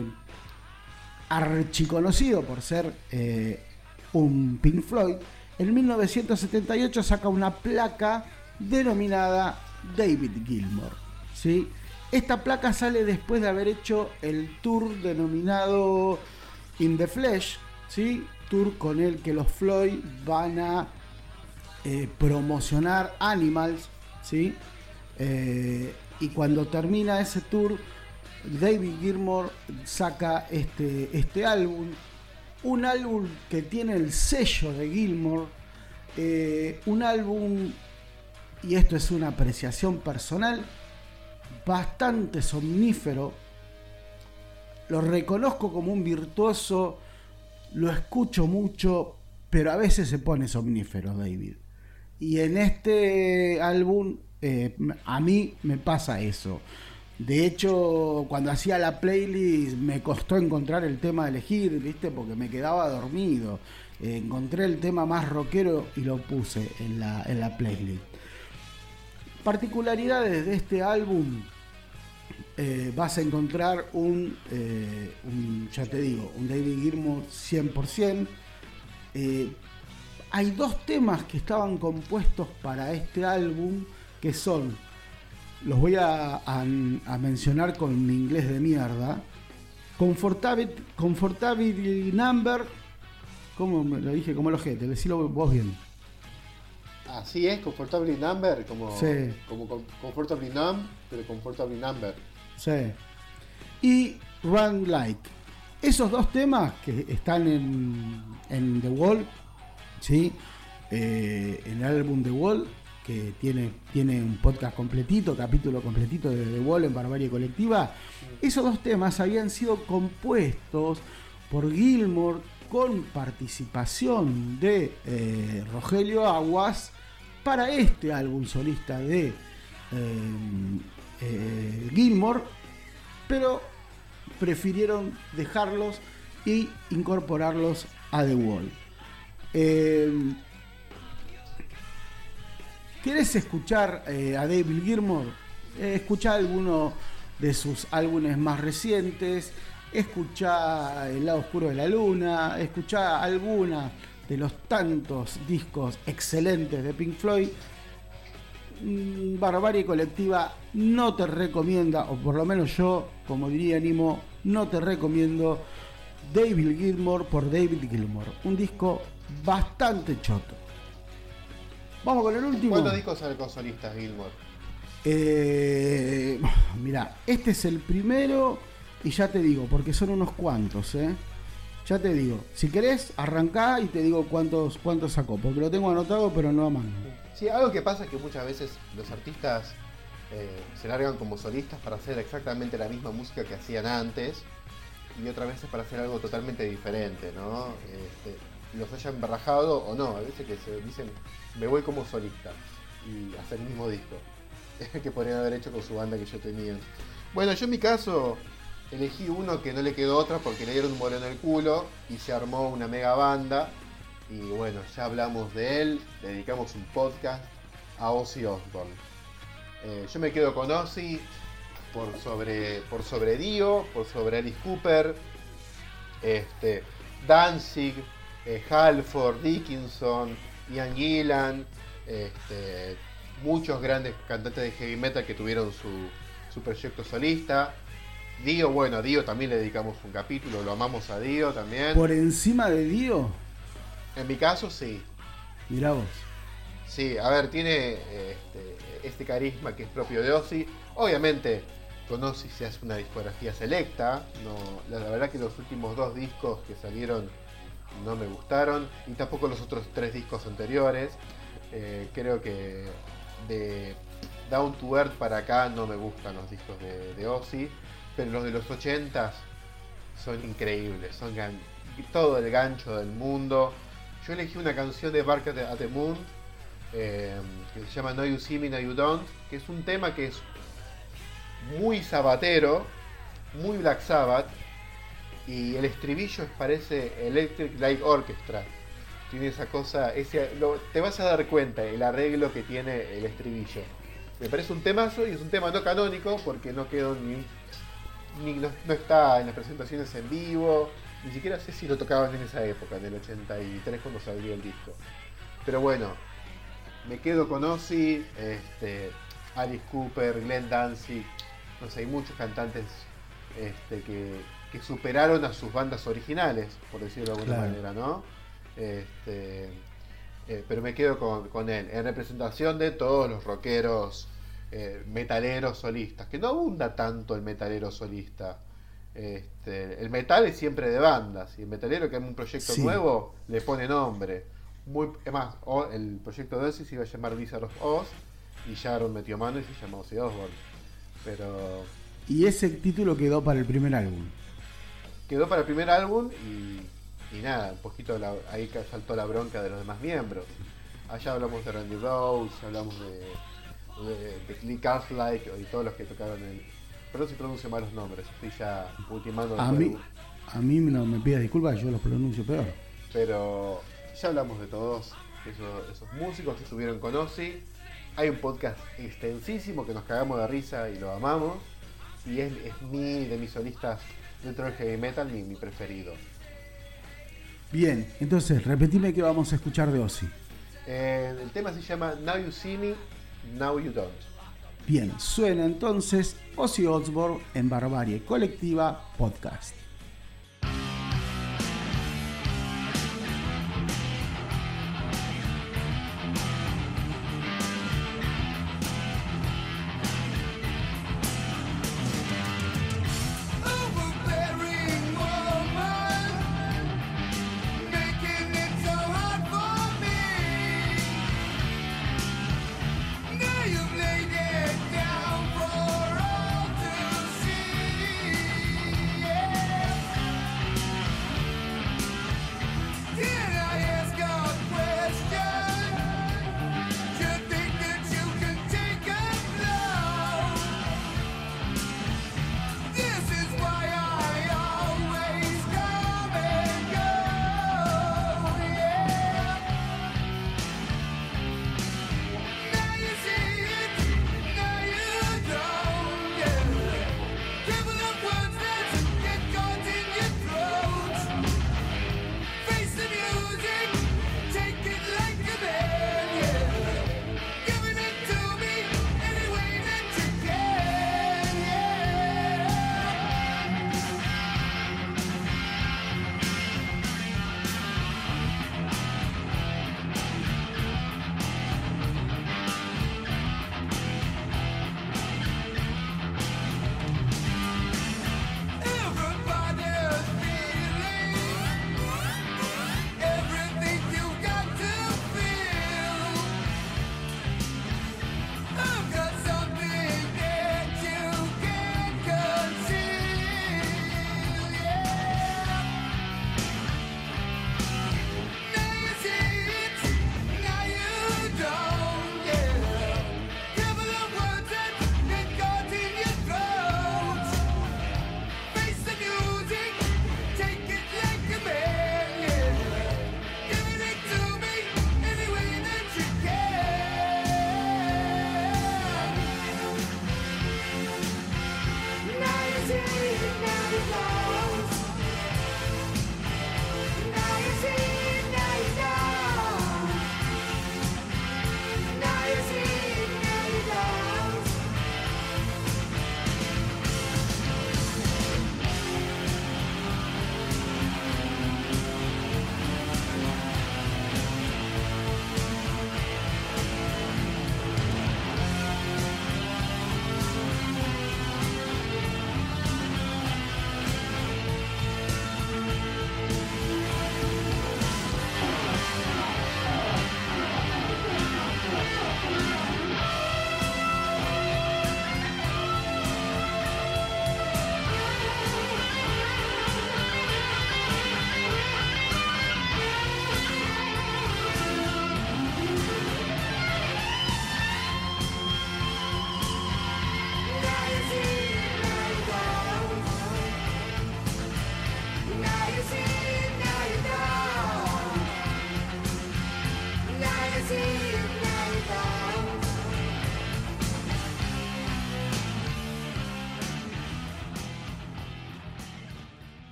archiconocido por ser eh, un Pink Floyd. En mil novecientos setenta y ocho saca una placa denominada David Gilmour, ¿sí? Esta placa sale después de haber hecho el tour denominado In the Flesh, ¿sí? Tour con el que los Floyd van a eh, promocionar Animals, ¿sí? Eh, y cuando termina ese tour, David Gilmour saca este, este álbum, un álbum que tiene el sello de Gilmour, eh, un álbum, y esto es una apreciación personal, bastante somnífero. Lo reconozco como un virtuoso, lo escucho mucho, pero a veces se pone somnífero David. Y en este álbum eh, a mí me pasa eso. De hecho, cuando hacía la playlist me costó encontrar el tema a elegir, ¿viste? Porque me quedaba dormido. Eh, encontré el tema más rockero y lo puse en la, en la playlist. Particularidades de este álbum. Eh, vas a encontrar un, eh, un, ya te digo, un David Gilmour cien por ciento. Eh, hay dos temas que estaban compuestos para este álbum que son, los voy a, a, a mencionar con mi inglés de mierda. Comfortable, Comfortable Number, ¿cómo me lo dije? Como lo ojete, decilo vos bien. Así es, Comfortably Number, como, Sí. como com- Comfortably Numb, pero Comfortably Number. Sí. Y Run Like. Esos dos temas que están en, en The Wall, ¿sí? Eh, en el álbum The Wall, que tiene, tiene un podcast completito, capítulo completito de The Wall en Barbarie Colectiva. Esos dos temas habían sido compuestos por Gilmour con participación de eh, Rogelio Aguas para este álbum solista de eh, eh, Gilmour, pero prefirieron dejarlos y incorporarlos a The Wall. Eh, ¿Querés escuchar eh, a David Gilmour? Eh, escuchá alguno de sus álbumes más recientes, escuchá El lado oscuro de la luna, escuchá alguna de los tantos discos excelentes de Pink Floyd. Mm, Barbarie Colectiva no te recomienda, o por lo menos yo, como diría Nimo, no te recomiendo David Gilmour por David Gilmour. Un disco bastante choto. Vamos con el último. ¿Cuántos discos sacó solistas Gilmour? Eh, mirá, este es el primero y ya te digo, porque son unos cuantos, ¿eh? Ya te digo, si querés, arrancá y te digo cuántos, cuántos sacó, porque lo tengo anotado, pero no a mano. Sí, algo que pasa es que muchas veces los artistas eh, se largan como solistas para hacer exactamente la misma música que hacían antes, y otras veces para hacer algo totalmente diferente, ¿no? Este, los hayan barrajado o no, a veces que se dicen, me voy como solista, y hacer el mismo disco, que podrían haber hecho con su banda que yo tenía. Bueno, yo en mi caso elegí uno que no le quedó otra porque le dieron un bolón en el culo y se armó una mega banda. Y bueno, ya hablamos de él, le dedicamos un podcast a Ozzy Osbourne. Eh, yo me quedo con Ozzy por sobre, por sobre Dio, por sobre Alice Cooper, este, Danzig, eh, Halford, Dickinson, Ian Gillan, este, muchos grandes cantantes de heavy metal que tuvieron su, su proyecto solista. Dio, bueno, a Dio también le dedicamos un capítulo, lo amamos a Dio también. ¿Por encima de Dio? En mi caso, sí. Mirá vos. Sí, a ver, tiene este, este carisma que es propio de Ozzy. Obviamente, con Ozzy se hace una discografía selecta. No, la, la verdad que los últimos dos discos que salieron no me gustaron. Y tampoco los otros tres discos anteriores. Eh, creo que de Down to Earth para acá no me gustan los discos de, de Ozzy. Pero los de los ochentas son increíbles. Son gan- todo el gancho del mundo. Yo elegí una canción de Bark at the, at the Moon eh, que se llama No You See Me, No You Don't, que es un tema que es muy sabatero, muy Black Sabbath, y el estribillo parece Electric Light Orchestra. Tiene esa cosa, ese, lo, te vas a dar cuenta el arreglo que tiene el estribillo. Me parece un temazo y es un tema no canónico porque no quedó ni, ni no, no está en las presentaciones en vivo. Ni siquiera sé si lo tocaban en esa época, en el ochenta y tres cuando salió el disco. Pero bueno, me quedo con Ozzy, este, Alice Cooper, Glenn Danzig, no sé, hay muchos cantantes este, que, que superaron a sus bandas originales, por decirlo de alguna claro. manera, ¿no? Este, eh, pero me quedo con, con él, en representación de todos los rockeros eh, metaleros solistas, que no abunda tanto el metalero solista. Este, el metal es siempre de bandas y el metalero que hace un proyecto sí. nuevo le pone nombre. Muy, es más, o, el proyecto de Ozzy se iba a llamar Wizard of Oz y Sharon metió mano y se llamó Ozzy Osbourne. Pero y ese título quedó para el primer álbum. Quedó para el primer álbum y, y nada, un poquito la, ahí saltó la bronca de los demás miembros. Allá hablamos de Randy Rhoads, hablamos de, de, de Lee Cartwright y todos los que tocaron el. Perdón si pronuncio malos nombres, estoy ya ultimando. A mí, a mí no me pidas disculpas, yo los pronuncio peor. Pero ya hablamos de todos esos, esos músicos que estuvieron con Ozzy. Hay un podcast extensísimo que nos cagamos de risa y lo amamos. Y es, es mi, de mis solistas dentro del heavy metal, mi, mi preferido. Bien, entonces, repetime qué vamos a escuchar de Ozzy. Eh, el tema se llama Now You See Me, Now You Don't. Bien, suena entonces Ozzy Osbourne en Barbarie Colectiva Podcast. Yeah.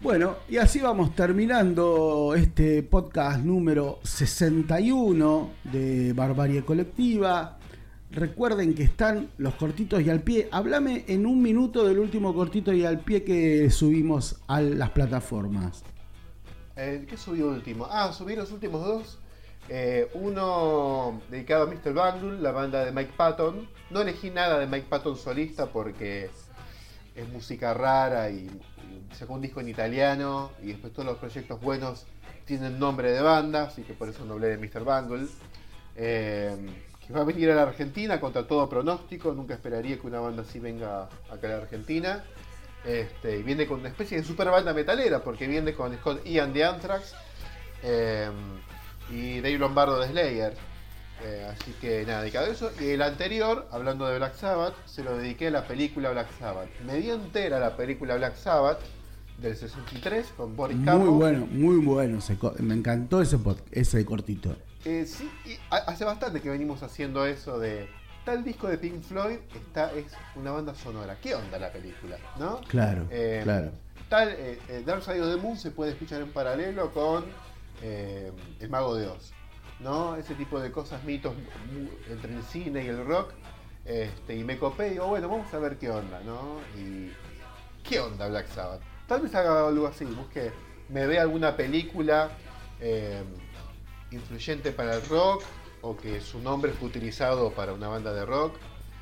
Bueno, y así vamos terminando este podcast número sesenta y uno de Barbarie Colectiva. Recuerden que están los cortitos y al pie. Háblame en un minuto del último cortito y al pie que subimos a las plataformas. Eh, ¿Qué subí último? Ah, subí los últimos dos. Eh, uno dedicado a míster Bungle, la banda de Mike Patton. No elegí nada de Mike Patton solista porque es música rara y, y sacó un disco en italiano y después todos los proyectos buenos tienen nombre de banda, así que por eso no hablé de míster Bungle. Eh, que va a venir a la Argentina contra todo pronóstico, nunca esperaría que una banda así venga acá a la Argentina. Este, y viene con una especie de super banda metalera, porque viene con Scott Ian de Anthrax eh, y Dave Lombardo de Slayer. Eh, así que nada, dedicado a eso. Y el anterior, hablando de Black Sabbath, se lo dediqué a la película Black Sabbath. Me di entera la película Black Sabbath del sesenta y tres con Boris Karloff. Muy bueno, muy bueno. Me encantó ese, ese cortito. Eh, sí, y hace bastante que venimos haciendo eso de tal disco de Pink Floyd, esta es una banda sonora. ¿Qué onda la película? ¿No? Claro, eh, claro. Tal eh, Dark Side of the Moon se puede escuchar en paralelo con eh, El Mago de Oz, ¿no? Ese tipo de cosas, mitos entre el cine y el rock. Este, y me copé y digo, bueno, vamos a ver qué onda, ¿no? Y ¿qué onda Black Sabbath? Tal vez haga algo así, busque, me ve alguna película eh, influyente para el rock, o que su nombre fue utilizado para una banda de rock,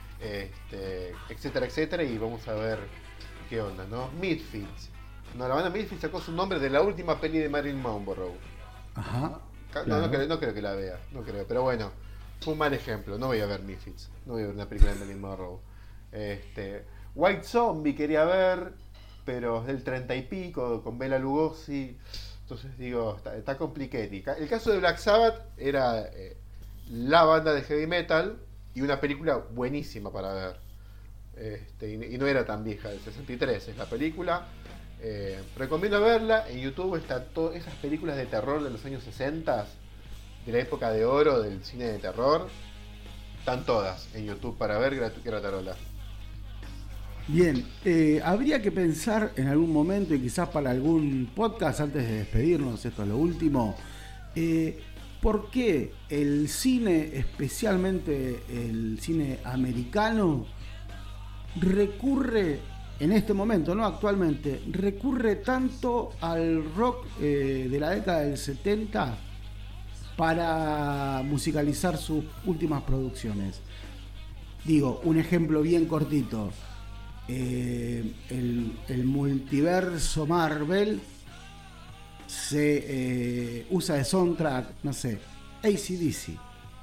este, etcétera, etcétera, y vamos a ver qué onda, ¿no? Misfits. No, la banda Misfits sacó su nombre de la última peli de Marilyn Monroe. Ajá. No, Claro. no, creo, no creo que la vea, no creo, pero bueno, fue un mal ejemplo, no voy a ver Misfits, no voy a ver una película de Marilyn Monroe. Este, White Zombie quería ver, pero es del treinta y pico, con Bela Lugosi, entonces digo, está, está compliquete. El caso de Black Sabbath era eh, la banda de heavy metal y una película buenísima para ver. Este, y, y no era tan vieja, del sesenta y tres es la película. Eh, recomiendo verla. En YouTube están todas esas películas de terror de los años sesenta, de la época de oro del cine de terror. Están todas en YouTube para ver, gratuita. Bien, eh, habría que pensar en algún momento y quizás para algún podcast antes de despedirnos, esto es lo último, eh, ¿por qué el cine, especialmente el cine americano, recurre en este momento, no actualmente, recurre tanto al rock eh, de la década del setenta para musicalizar sus últimas producciones? Digo, un ejemplo bien cortito. Eh, el, el multiverso Marvel se eh, usa de soundtrack, no sé, A C D C,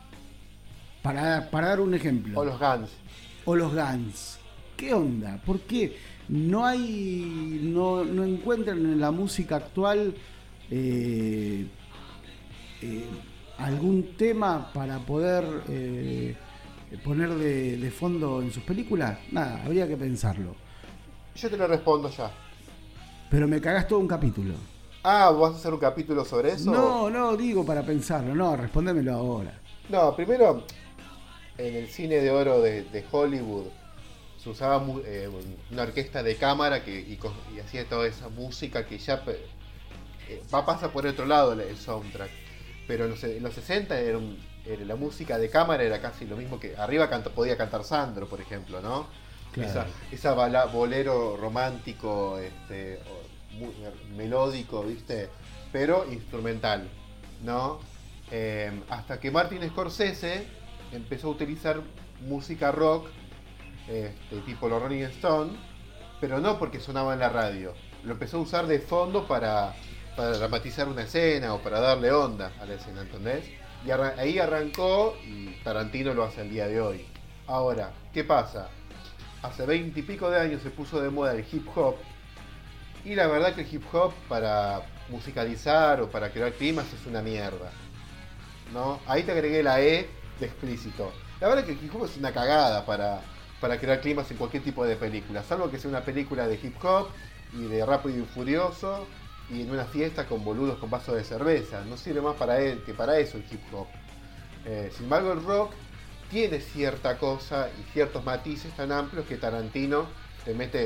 para, para dar un ejemplo. O los Guns. O los Guns. ¿Qué onda? ¿Por qué no hay, no, no encuentran en la música actual eh, eh, algún tema para poder eh, poner de, de fondo en sus películas? Nada, habría que pensarlo. Yo te lo respondo ya. Pero me cagás todo un capítulo. Ah, ¿vas a hacer un capítulo sobre eso? No, no, digo para pensarlo. No, respóndemelo ahora. No, primero, en el cine de oro de, de Hollywood se usaba eh, una orquesta de cámara que, y, y hacía toda esa música que ya eh, va a pasar por otro lado el soundtrack. Pero en los, en los sesenta era un, era, la música de cámara era casi lo mismo que... Arriba canta, podía cantar Sandro, por ejemplo, ¿no? Claro. Esa, esa bala, bolero romántico, este, muy, melódico, ¿viste? Pero instrumental, ¿no? Eh, hasta que Martin Scorsese empezó a utilizar música rock, este, tipo los Rolling Stones, pero no porque sonaba en la radio. Lo empezó a usar de fondo para, para dramatizar una escena o para darle onda a la escena, ¿entendés? Y arran- ahí arrancó y Tarantino lo hace el día de hoy. Ahora, ¿qué pasa? Hace veinte y pico de años se puso de moda el hip hop, y la verdad que el hip hop para musicalizar o para crear climas es una mierda, ¿no? Ahí te agregué la E de explícito. La verdad que el hip hop es una cagada para, para crear climas en cualquier tipo de película, salvo que sea una película de hip hop y de Rápido y Furioso y en una fiesta con boludos con vasos de cerveza. No sirve más para él que para eso el hip hop. Eh, sin embargo, el rock tiene cierta cosa y ciertos matices tan amplios que Tarantino te mete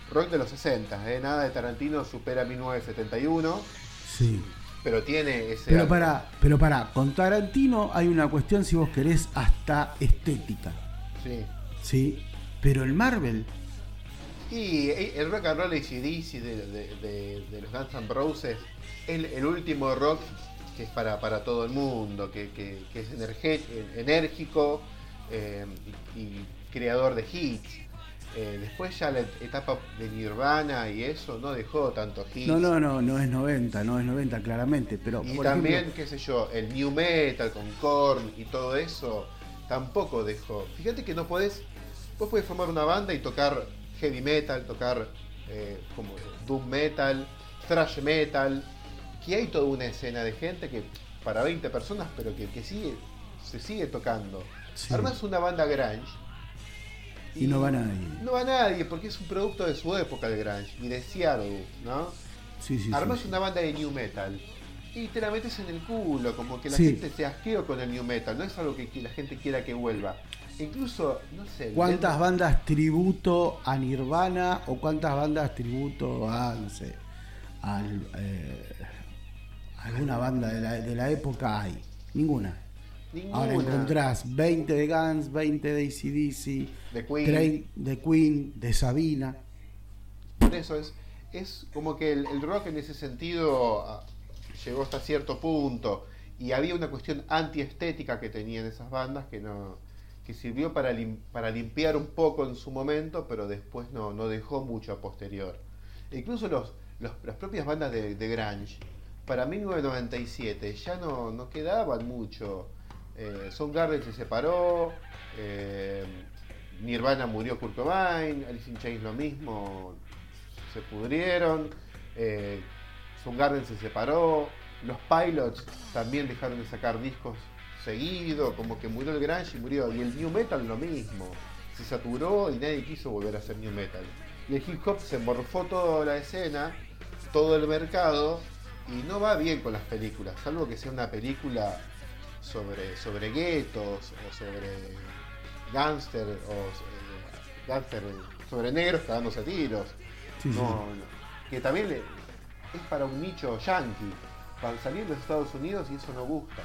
rock de los sesenta, ¿eh? Nada de Tarantino supera mil novecientos setenta y uno. Sí. Pero tiene ese... Pero para, pero para, con Tarantino hay una cuestión, si vos querés, hasta estética. Sí. Sí. Pero el Marvel... Y el rock and roll A C D C de, de, de, de los Guns N' Roses es el, el último rock que es para, para todo el mundo, que, que, que es energé, enérgico eh, y, y creador de hits. Eh, después ya la etapa de Nirvana y eso no dejó tantos hits. No, no, no, no es noventa, no es noventa claramente, pero... Y por también, ejemplo, qué sé yo, el New Metal con Korn y todo eso tampoco dejó. Fíjate que no podés, vos podés formar una banda y tocar heavy metal, tocar eh, como doom metal, thrash metal, que hay toda una escena de gente que para veinte personas, pero que, que sigue, se sigue tocando. Sí. Armás una banda grunge y, y no va nadie. No va nadie, porque es un producto de su época el grunge, y de Seattle, ¿no? Sí, sí, Armás sí, sí. una banda de new metal y te la metes en el culo, como que la Sí. gente se asqueó con el new metal, no es algo que, que la gente quiera que vuelva. Incluso, no sé... ¿Cuántas dentro- bandas tributo a Nirvana o cuántas bandas tributo a, no sé, al, eh, alguna banda de la, de la época hay? Ninguna. Ninguna. Ahora encontrás veinte de Guns, veinte de A C D C, De Queen. trein- de Queen, de Sabina. Por eso es, es como que el, el rock en ese sentido ah, llegó hasta cierto punto y había una cuestión antiestética que tenían esas bandas que no que sirvió para, lim, para limpiar un poco en su momento, pero después no, no dejó mucho a posterior. E incluso los, los, las propias bandas de, de grunge, para mil novecientos noventa y siete ya no, no quedaban mucho. Eh, Soundgarden se separó, eh, Nirvana murió Kurt Cobain, Alice in Chains lo mismo, se pudrieron, eh, Soundgarden se separó, los Pilots también dejaron de sacar discos seguido, como que murió el grunge y murió, y el new metal lo mismo, se saturó y nadie quiso volver a hacer new metal. Y el hip hop se morfó toda la escena, todo el mercado, y no va bien con las películas, salvo que sea una película sobre, sobre guetos o sobre gángster o eh, gángster sobre negros cagándose a tiros. Sí, sí. No, no. Que también le- es para un nicho yankee, para salir de los Estados Unidos y eso no gusta.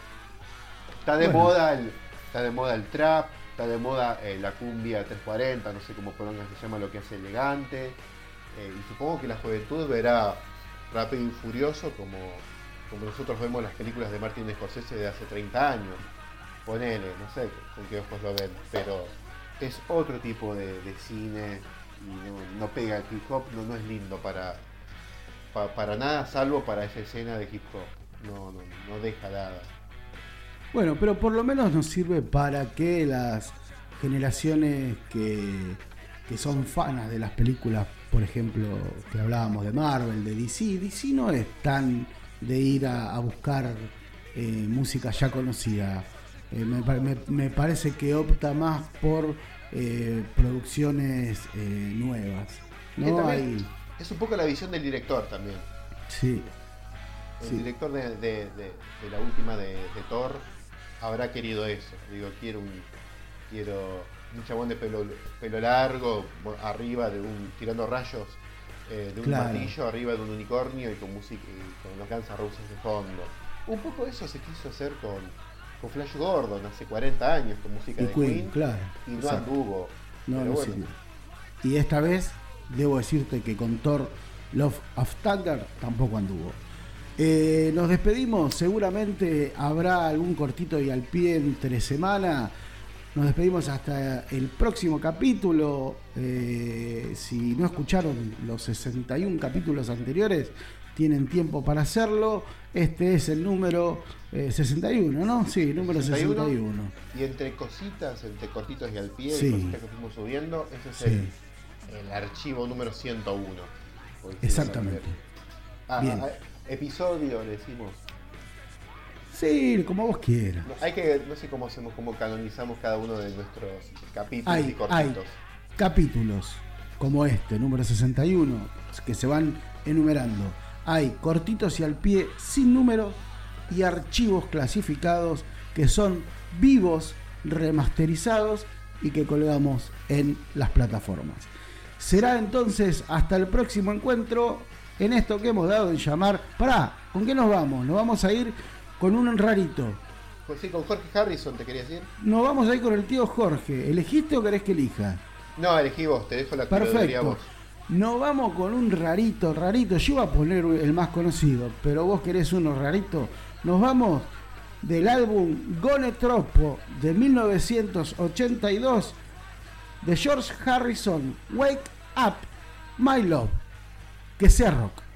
Está de Bueno. moda el, está de moda el trap, está de moda eh, la cumbia trescientos cuarenta, no sé cómo poronga se llama lo que hace elegante. Eh, y supongo que la juventud verá Rápido y Furioso como, como nosotros vemos las películas de Martin Scorsese de hace treinta años. Ponele, no sé con qué ojos lo ven, pero es otro tipo de, de cine y no, no pega el hip hop, no, no es lindo para, pa- para nada, salvo para esa escena de hip hop. No, no, no deja nada. Bueno, pero por lo menos nos sirve para que las generaciones que, que son fanas de las películas, por ejemplo, que hablábamos de Marvel, de D C, D C no es tan de ir a, a buscar eh, música ya conocida. Eh, me, pa- me- me parece que opta más por eh, producciones eh, nuevas. Que No también hay. es un poco la visión del director también. Sí, El sí. director de, de- de- de la última de, de Thor habrá querido eso. Digo, quiero un quiero un chabón de pelo, pelo largo, bo- arriba de un tirando rayos eh, de un Claro. martillo, arriba de un unicornio y con música y con los Guns N' Roses de fondo. Un poco eso se quiso hacer con, con Flash Gordon hace cuarenta años con música Y de Queen, Queen, claro. y no Exacto. anduvo. No, Pero no bueno, sirvió. Y esta vez debo decirte que con Thor Love of Thunder tampoco anduvo. Eh, nos despedimos, seguramente habrá algún cortito y al pie entre semana. Nos despedimos hasta el próximo capítulo. Eh, si no escucharon los sesenta y uno capítulos anteriores, tienen tiempo para hacerlo. Este es el número eh, sesenta y uno, ¿no? Sí, número sesenta y uno. sesenta y uno. Y entre cositas, entre cortitos y al pie, Sí. y cositas que fuimos subiendo, ese es Sí. el, el archivo número ciento uno. Por decirlo Exactamente. de alguna manera. Ah, Bien. ah, episodio, le decimos. Sí, como vos quieras. No, hay que, no sé cómo hacemos, cómo canonizamos cada uno de nuestros capítulos y Hay, hay cortitos. capítulos como este, número sesenta y uno, que se van enumerando. Hay cortitos y al pie sin número y archivos clasificados que son vivos, remasterizados y que colgamos en las plataformas. Será entonces hasta el próximo encuentro en esto que hemos dado en llamar. Pará, ¿con qué nos vamos? Nos vamos a ir con un rarito. Pues sí, con Jorge Harrison, te quería decir. Nos vamos a ir con el tío Jorge. ¿Elegiste o querés que elija? No, elegí vos, te dejo la Perfecto. Vos. Nos vamos con un rarito, rarito. Yo iba a poner el más conocido, pero vos querés uno rarito. Nos vamos del álbum Gone Troppo de mil novecientos ochenta y dos de George Harrison, Wake Up My Love. Que sea rock.